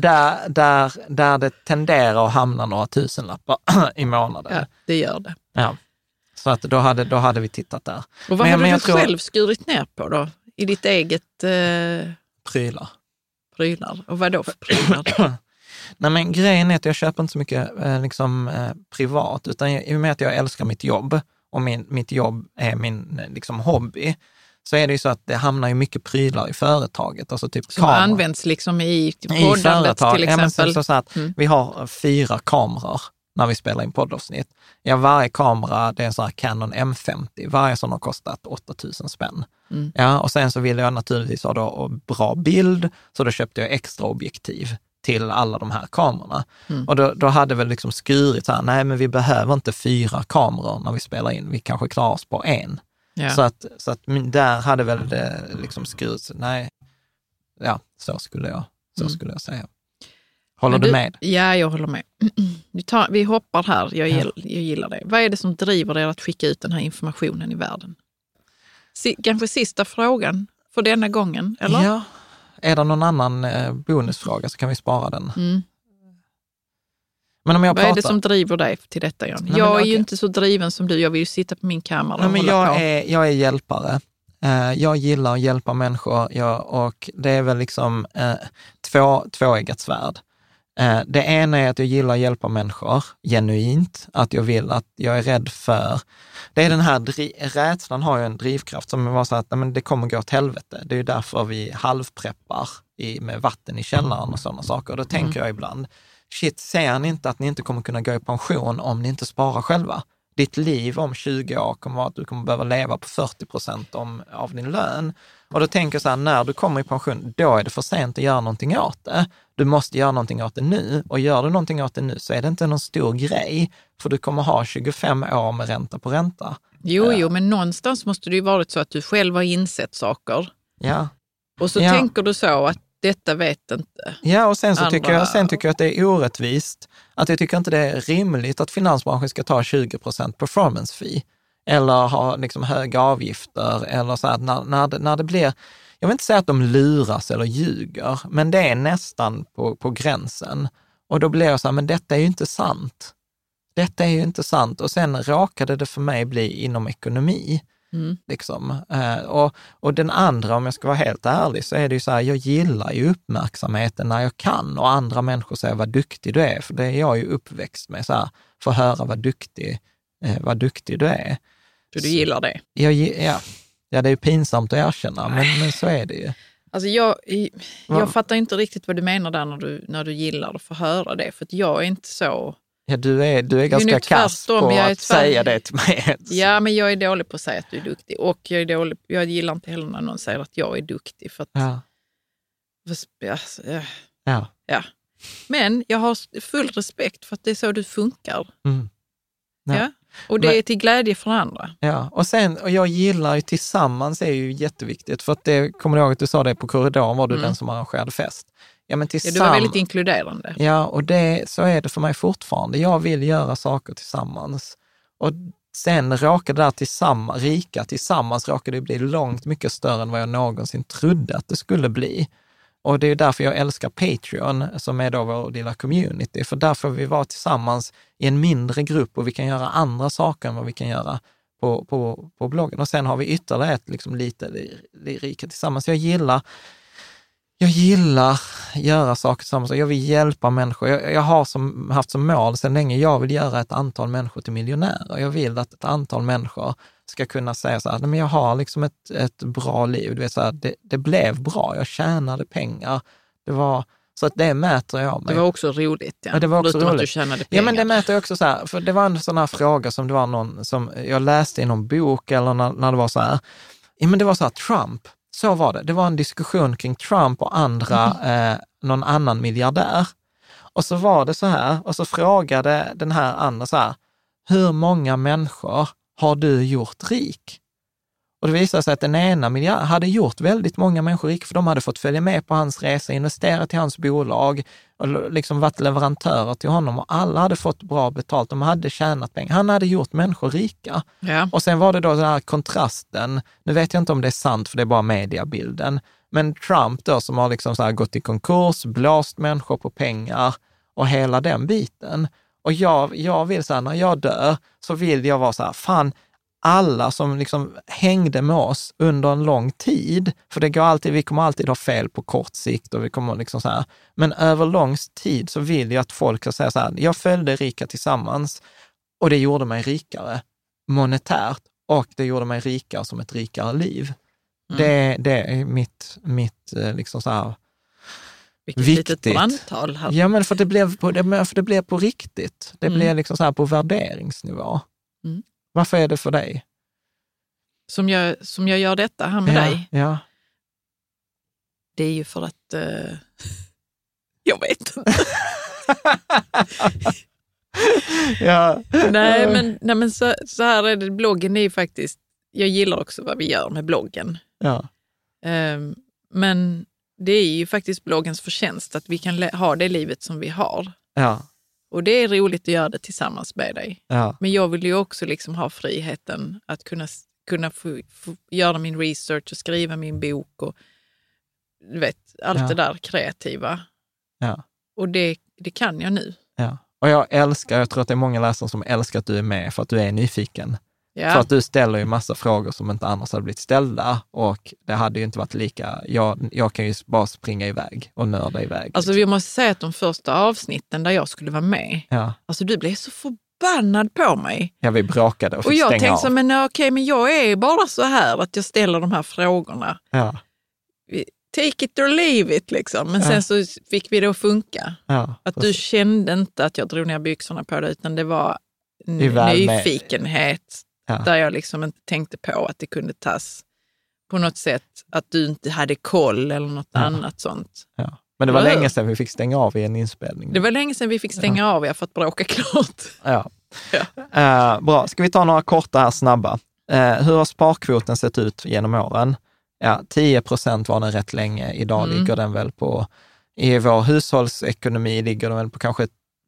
Där det tenderar att hamna några tusenlappar i månaden. Ja, det gör det. Ja. Så att då hade vi tittat där. Och vad har du själv skurit ner på då? I ditt eget... Prylar. Och vad då för prylar? Nej, men grejen är att jag köper inte så mycket privat, utan i och med att jag älskar mitt jobb och mitt jobb är min hobby, så är det ju så att det hamnar ju mycket prylar i företaget. Alltså typ som används liksom i poddandet till exempel. Så att vi har 4 kameror när vi spelar in poddavsnitt. Ja, varje kamera, det är en sån här Canon M50. Varje sån har kostat 8 000 spänn. Ja, och sen så ville jag naturligtvis ha då bra bild, så då köpte jag extra objektiv till alla de här kamerorna. Och då hade väl skurit så här, nej men vi behöver inte 4 kameror när vi spelar in. Vi kanske klarar oss på 1. Ja. Så att där hade väl det skurit, nej, ja, så skulle jag säga. Håller du med? Ja, jag håller med. Vi hoppar här, jag gillar det. Vad är det som driver er att skicka ut den här informationen i världen? Kanske sista frågan för denna gången, eller? Ja, är det någon annan bonusfråga så kan vi spara den. Men om jag Vad är det som driver dig till detta, Jan? Nej, jag är ju inte så driven som du. Jag vill ju sitta på min kammare och hålla på. Jag är hjälpare. Jag gillar att hjälpa människor. Och det är väl tvåeggat svärd. Det ena är att jag gillar att hjälpa människor genuint, att jag vill att jag är rädd för. Det är den här rädslan har ju en drivkraft som var så att men det kommer gå åt helvete. Det är ju därför vi halvpreppar med vatten i källaren och sådana saker. Och då tänker jag ibland, shit, ser ni inte att ni inte kommer kunna gå i pension om ni inte sparar själva? Ditt liv om 20 år kommer vara att du kommer behöva leva på 40% av din lön. Och då tänker jag så här, när du kommer i pension, då är det för sent att göra någonting åt det. Du måste göra någonting åt det nu. Och gör du någonting åt det nu så är det inte någon stor grej. För du kommer ha 25 år med ränta på ränta. Jo, men någonstans måste det ju varit så att du själv har insett saker. Ja. Och så tänker du så att detta vet inte. Ja, och sen tycker jag att det är orättvist. Att jag tycker inte det är rimligt att finansbranschen ska ta 20% performance fee. Eller ha liksom höga avgifter. Eller så att när det blir, jag vill inte säga att de luras eller ljuger, men det är nästan på gränsen. Och då blir jag så här, men detta är ju inte sant. Detta är ju inte sant. Och sen råkade det för mig bli inom ekonomi. Liksom. Och den andra, om jag ska vara helt ärlig, så är det ju så här, jag gillar ju uppmärksamheten när jag kan. Och andra människor säger vad duktig du är. För det är jag ju uppväxt med, så här, för att höra vad duktig du är. Så du gillar det? Ja, det är ju pinsamt att erkänna, men så är det ju. Alltså jag fattar inte riktigt vad du menar där när du gillar att få höra det. För att jag är inte så... Ja, du är ganska kass på att säga det till mig. Ja, men jag är dålig på att säga att du är duktig. Och jag gillar inte heller när någon säger att jag är duktig. För att, ja. Men jag har full respekt för att det är så du funkar. Ja. Och det är till glädje för andra. Ja, och jag gillar ju tillsammans är ju jätteviktigt. För att det, kommer du ihåg att du sa det på korridoren, var du den som arrangerade fest? Ja, men du var väldigt inkluderande. Ja, och så är det för mig fortfarande. Jag vill göra saker tillsammans. Och sen råkade det där rika tillsammans råkade det bli långt mycket större än vad jag någonsin trodde att det skulle bli. Och det är därför jag älskar Patreon, som är då vår lilla community. För därför vi var tillsammans i en mindre grupp och vi kan göra andra saker än vad vi kan göra på bloggen. Och sen har vi ytterligare ett liksom, lite rika tillsammans. Jag gillar göra saker tillsammans. Jag vill hjälpa människor. Jag har haft som mål sedan länge, jag vill göra ett antal människor till miljonärer. Jag vill att ett antal människor ska kunna säga så här, men jag har liksom ett bra liv. Du vet, så här, det blev bra, jag tjänade pengar. Det var, så att det mäter jag mig. Det var också roligt. Ja. Det var också roligt. Att du tjänade pengar. Ja, men det mäter jag också så här, för det var en sån här fråga som det var någon som jag läste i någon bok eller när det var så här, ja, men det var så här, Trump. Så var det. Det var en diskussion kring Trump och någon annan miljardär. Och så var det så här, och så frågade den här andra så här, hur många människor har du gjort rik? Och det visade sig att den ena miljardären hade gjort väldigt många människor rik, för de hade fått följa med på hans resa, investerat i hans bolag och liksom varit leverantörer till honom, och alla hade fått bra betalt. De hade tjänat pengar. Han hade gjort människor rika. Ja. Och sen var det då den här kontrasten. Nu vet jag inte om det är sant, för det är bara mediabilden. Men Trump då, som har liksom så här gått i konkurs, blåst människor på pengar och hela den biten. Och jag vill så här, när jag dör så vill jag vara så här, fan, alla som liksom hängde med oss under en lång tid, för vi kommer alltid ha fel på kort sikt och vi kommer liksom så här, men över lång tid så vill jag att folk ska säga så här, jag följde rika tillsammans och det gjorde mig rikare monetärt och det gjorde mig rikare som ett rikare liv. Det är mitt liksom så här vilket litet brandtal här. Ja, men för det blev på riktigt. Det blev liksom så här på värderingsnivå. Varför är det för dig? Som jag gör detta här med dig? Ja. Det är ju för att... jag vet inte. Ja. Nej, men så här är det. Bloggen är ju faktiskt... Jag gillar också vad vi gör med bloggen. Ja. Men det är ju faktiskt bloggens förtjänst att vi kan ha det livet som vi har. Ja. Och det är roligt att göra det tillsammans med dig. Ja. Men jag vill ju också liksom ha friheten att kunna få göra min research och skriva min bok och du vet, allt det där kreativa. Ja. Och det kan jag nu. Ja. Och jag tror att det är många läsare som älskar att du är med för att du är nyfiken. För att du ställer ju massa frågor som inte annars hade blivit ställda och det hade ju inte varit lika, jag kan ju bara springa iväg och nörda iväg. Alltså vi måste säga att de första avsnitten där jag skulle vara med, alltså du blev så förbannad på mig. Ja, vi bråkade och fick jag stänga tänkte av. Men jag är bara så här att jag ställer de här frågorna. Ja. Take it or leave it liksom. Men sen så fick vi det att funka. Ja, att du kände inte att jag drog ner byxorna på det, utan det var nyfikenhet där jag liksom inte tänkte på att det kunde tas på något sätt, att du inte hade koll eller något annat sånt. Ja. Men det var länge sedan vi fick stänga av i en inspelning. Det var länge sedan vi fick stänga av för att bråka klart. Bra, ska vi ta några korta här snabba. Hur har sparkvoten sett ut genom åren? 10% var den rätt länge. Idag ligger den väl på, i vår hushållsekonomi ligger den väl på kanske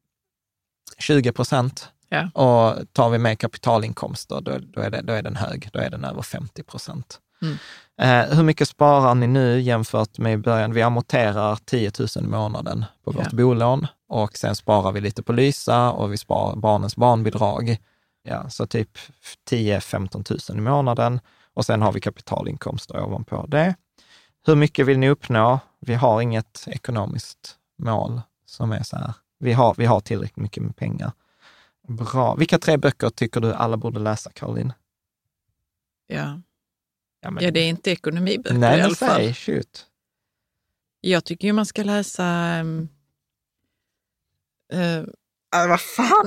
20%. Ja. Och tar vi med kapitalinkomster, då är den hög. Då är den över 50%. Hur mycket sparar ni nu jämfört med i början? Vi amorterar 10 000 i månaden på vårt bolån och sen sparar vi lite på Lysa och vi sparar barnens barnbidrag. Ja, så typ 10-15 000 i månaden och sen har vi kapitalinkomster ovanpå det. Hur mycket vill ni uppnå? Vi har inget ekonomiskt mål som är så här. Vi har tillräckligt mycket med pengar. Bra. Vilka 3 böcker tycker du alla borde läsa, Caroline? Ja, det är inte ekonomiböcker i alla fall. Nej, shoot. Jag tycker ju man ska läsa... vad fan?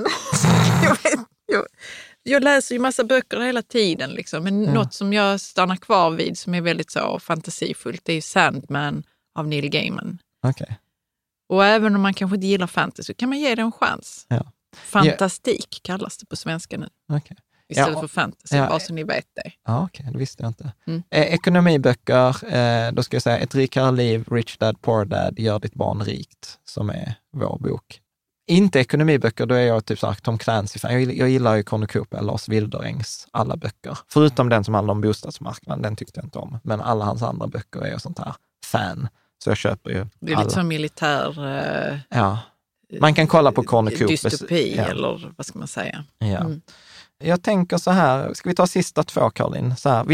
jag läser ju massa böcker hela tiden. Liksom. Men något som jag stannar kvar vid som är väldigt så fantasifullt, det är Sandman av Neil Gaiman. Okay. Och även om man kanske inte gillar fantasy kan man ge det en chans. Ja. Fantastik kallas det på svenska nu. Okay. Istället för fantasy, bara så ni vet det. Ja, okej, det visste jag inte. Ekonomiböcker, då ska jag säga Ett rikare liv, Rich Dad, Poor Dad, Gör ditt barn rikt, som är vår bok. Inte ekonomiböcker, då är jag typ så här Tom Clancy-fan. Jag gillar ju Cornucopia, Lars Wilderängs alla böcker. Förutom den som handlar om bostadsmarknaden, den tyckte jag inte om. Men alla hans andra böcker är jag sånt här fan. Så jag köper ju det är alla. Lite som militär... Man kan kolla på Cornucopia. Dystopi, eller vad ska man säga? Ja. Jag tänker så här, ska vi ta sista 2, Caroline? Så här,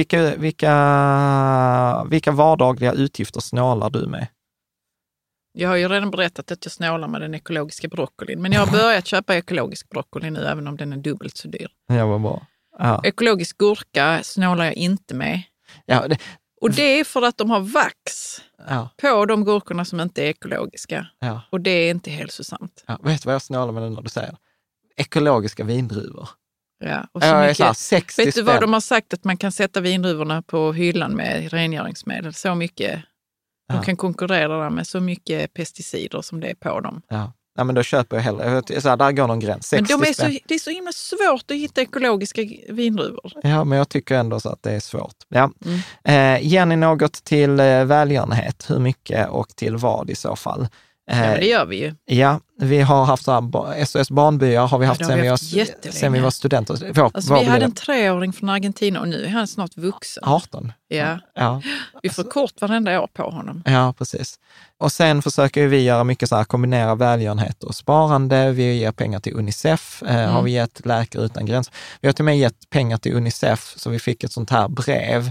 vilka vardagliga utgifter snålar du med? Jag har ju redan berättat att jag snålar med den ekologiska broccolin. Men jag har börjat köpa ekologisk broccoli nu, även om den är dubbelt så dyr. Ja, vad bra. Ja. Ekologisk gurka snålar jag inte med. Ja, och det är för att de har vax på de gurkorna som inte är ekologiska. Ja. Och det är inte hälsosamt. Ja, vet du vad jag snålar med när du säger? Ekologiska vindruvor. Ja, och så mycket, vet du vad de har sagt, att man kan sätta vindruvorna på hyllan med rengöringsmedel. Så mycket. De kan konkurrera med så mycket pesticider som det är på dem. Ja. Ja, men då köper jag hellre. Så här, där går någon gräns. Men det är så himla svårt att hitta ekologiska vindruvor. Ja, men jag tycker ändå så att det är svårt. Ja. Ger ni något till välgörenhet? Hur mycket och till vad i så fall? Ja, men det gör vi ju. Ja, vi har haft så här, SOS barnbyar har vi haft sen vi var studenter. Vi hade en 3-åring från Argentina och nu är han snart vuxen. 18. Ja. Vi får kort varenda år på honom. Ja, precis. Och sen försöker vi göra mycket så här, kombinera välgörenhet och sparande. Vi ger pengar till UNICEF, har vi gett Läkare utan gränser. Vi har till och med gett pengar till UNICEF, så vi fick ett sånt här brev.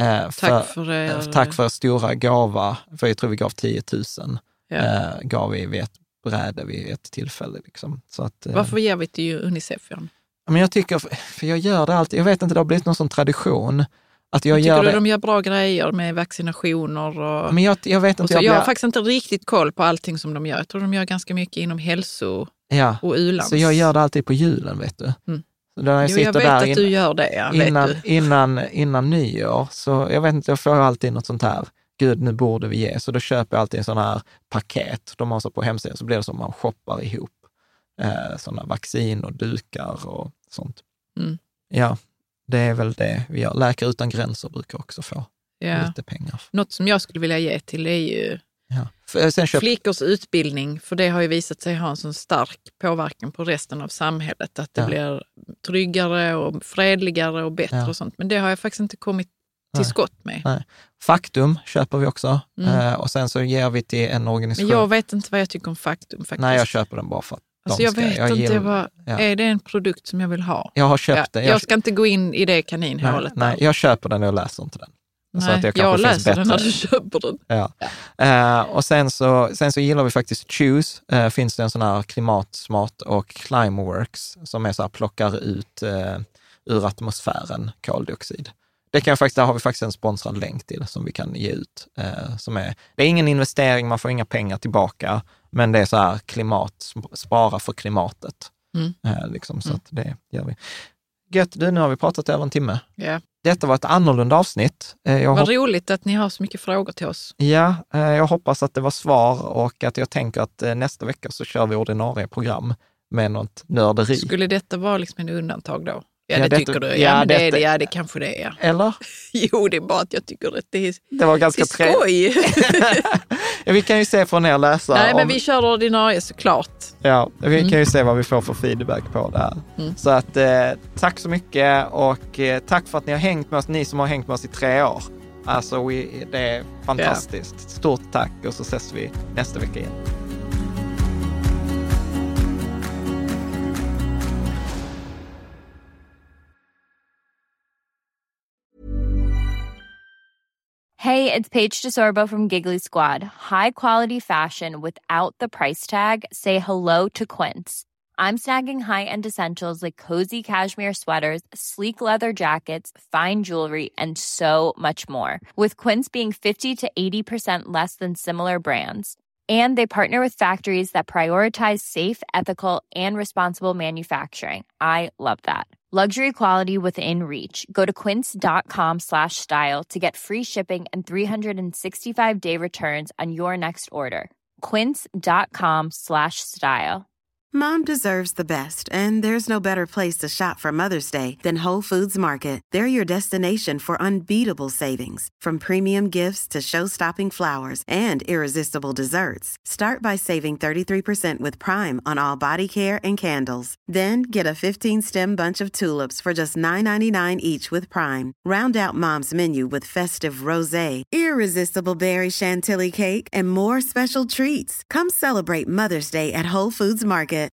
Tack för stora gåva, för jag tror vi gav 10 000. Gav vi vid ett bräde vid ett tillfälle. Liksom. Så att, varför ger vi till UNICEF, Jan? Men jag tycker, för jag gör det alltid, jag vet inte, det har blivit någon sån tradition. Att jag tycker gör du det. De gör bra grejer med vaccinationer? Och, men jag vet inte. Jag har faktiskt inte riktigt koll på allting som de gör. Jag tror de gör ganska mycket inom hälso och u-lands. Så jag gör det alltid på julen, vet du. Så där jag vet där att du gör det. Innan nyår, så jag vet inte, jag får alltid något sånt här. Gud, nu borde vi ge. Så då köper jag alltid en sån här paket. De har så på hemsidan, så blir det som man shoppar ihop. Sådana vaccin och dukar och sånt. Ja, det är väl det vi gör. Läkare utan gränser brukar också få lite pengar. Något som jag skulle vilja ge till är ju flickors utbildning. För det har ju visat sig ha en sån stark påverkan på resten av samhället. Att det blir tryggare och fredligare och bättre och sånt. Men det har jag faktiskt inte kommit till skott med. Nej. Faktum köper vi också. Och sen så ger vi till en organisation. Men jag vet inte vad jag tycker om Faktum faktiskt. Nej, jag köper den bara för att Alltså jag vet inte vad... Ja. Är det en produkt som jag vill ha? Jag har köpt den. Jag ska inte gå in i det kaninhålet. Nej, jag köper den och jag läser inte den. Nej, så att jag läser den när du köper den. Ja. Och sen så gillar vi faktiskt Choose. Finns det en sån här klimatsmart och Climeworks som är så här, plockar ut ur atmosfären koldioxid. Där har vi faktiskt en sponsrad länk till som vi kan ge ut. Det är ingen investering, man får inga pengar tillbaka, men det är så här spara för klimatet. Så att det gör vi. Gött, nu har vi pratat över en timme. Yeah. Detta var ett annorlunda avsnitt. Vad roligt att ni har så mycket frågor till oss. Ja, jag hoppas att det var svar och att jag tänker att nästa vecka så kör vi ordinarie program med något nörderi. Skulle detta vara liksom en undantag då? Ja, det tycker du. Ja, men det kanske det är. Eller? Jo, det är bara att jag tycker att det var ganska skoj. Ja, vi kan ju se från er läsare. Nej, men vi kör ordinarie såklart. Ja, vi kan ju se vad vi får för feedback på det här. Så att tack så mycket och tack för att ni har hängt med oss, ni som har hängt med oss i 3 år. Alltså, det är fantastiskt. Yeah. Stort tack och så ses vi nästa vecka igen. Hey, it's Paige DeSorbo from Giggly Squad. High quality fashion without the price tag. Say hello to Quince. I'm snagging high-end essentials like cozy cashmere sweaters, sleek leather jackets, fine jewelry, and so much more. With Quince being 50 to 80% less than similar brands. And they partner with factories that prioritize safe, ethical, and responsible manufacturing. I love that. Luxury quality within reach. Go to quince.com/style to get free shipping and 365-day returns on your next order. Quince.com/style. Mom deserves the best, and there's no better place to shop for Mother's Day than Whole Foods Market. They're your destination for unbeatable savings, from premium gifts to show-stopping flowers and irresistible desserts. Start by saving 33% with Prime on all body care and candles. Then get a 15-stem bunch of tulips for just $9.99 each with Prime. Round out Mom's menu with festive rosé, irresistible berry chantilly cake, and more special treats. Come celebrate Mother's Day at Whole Foods Market.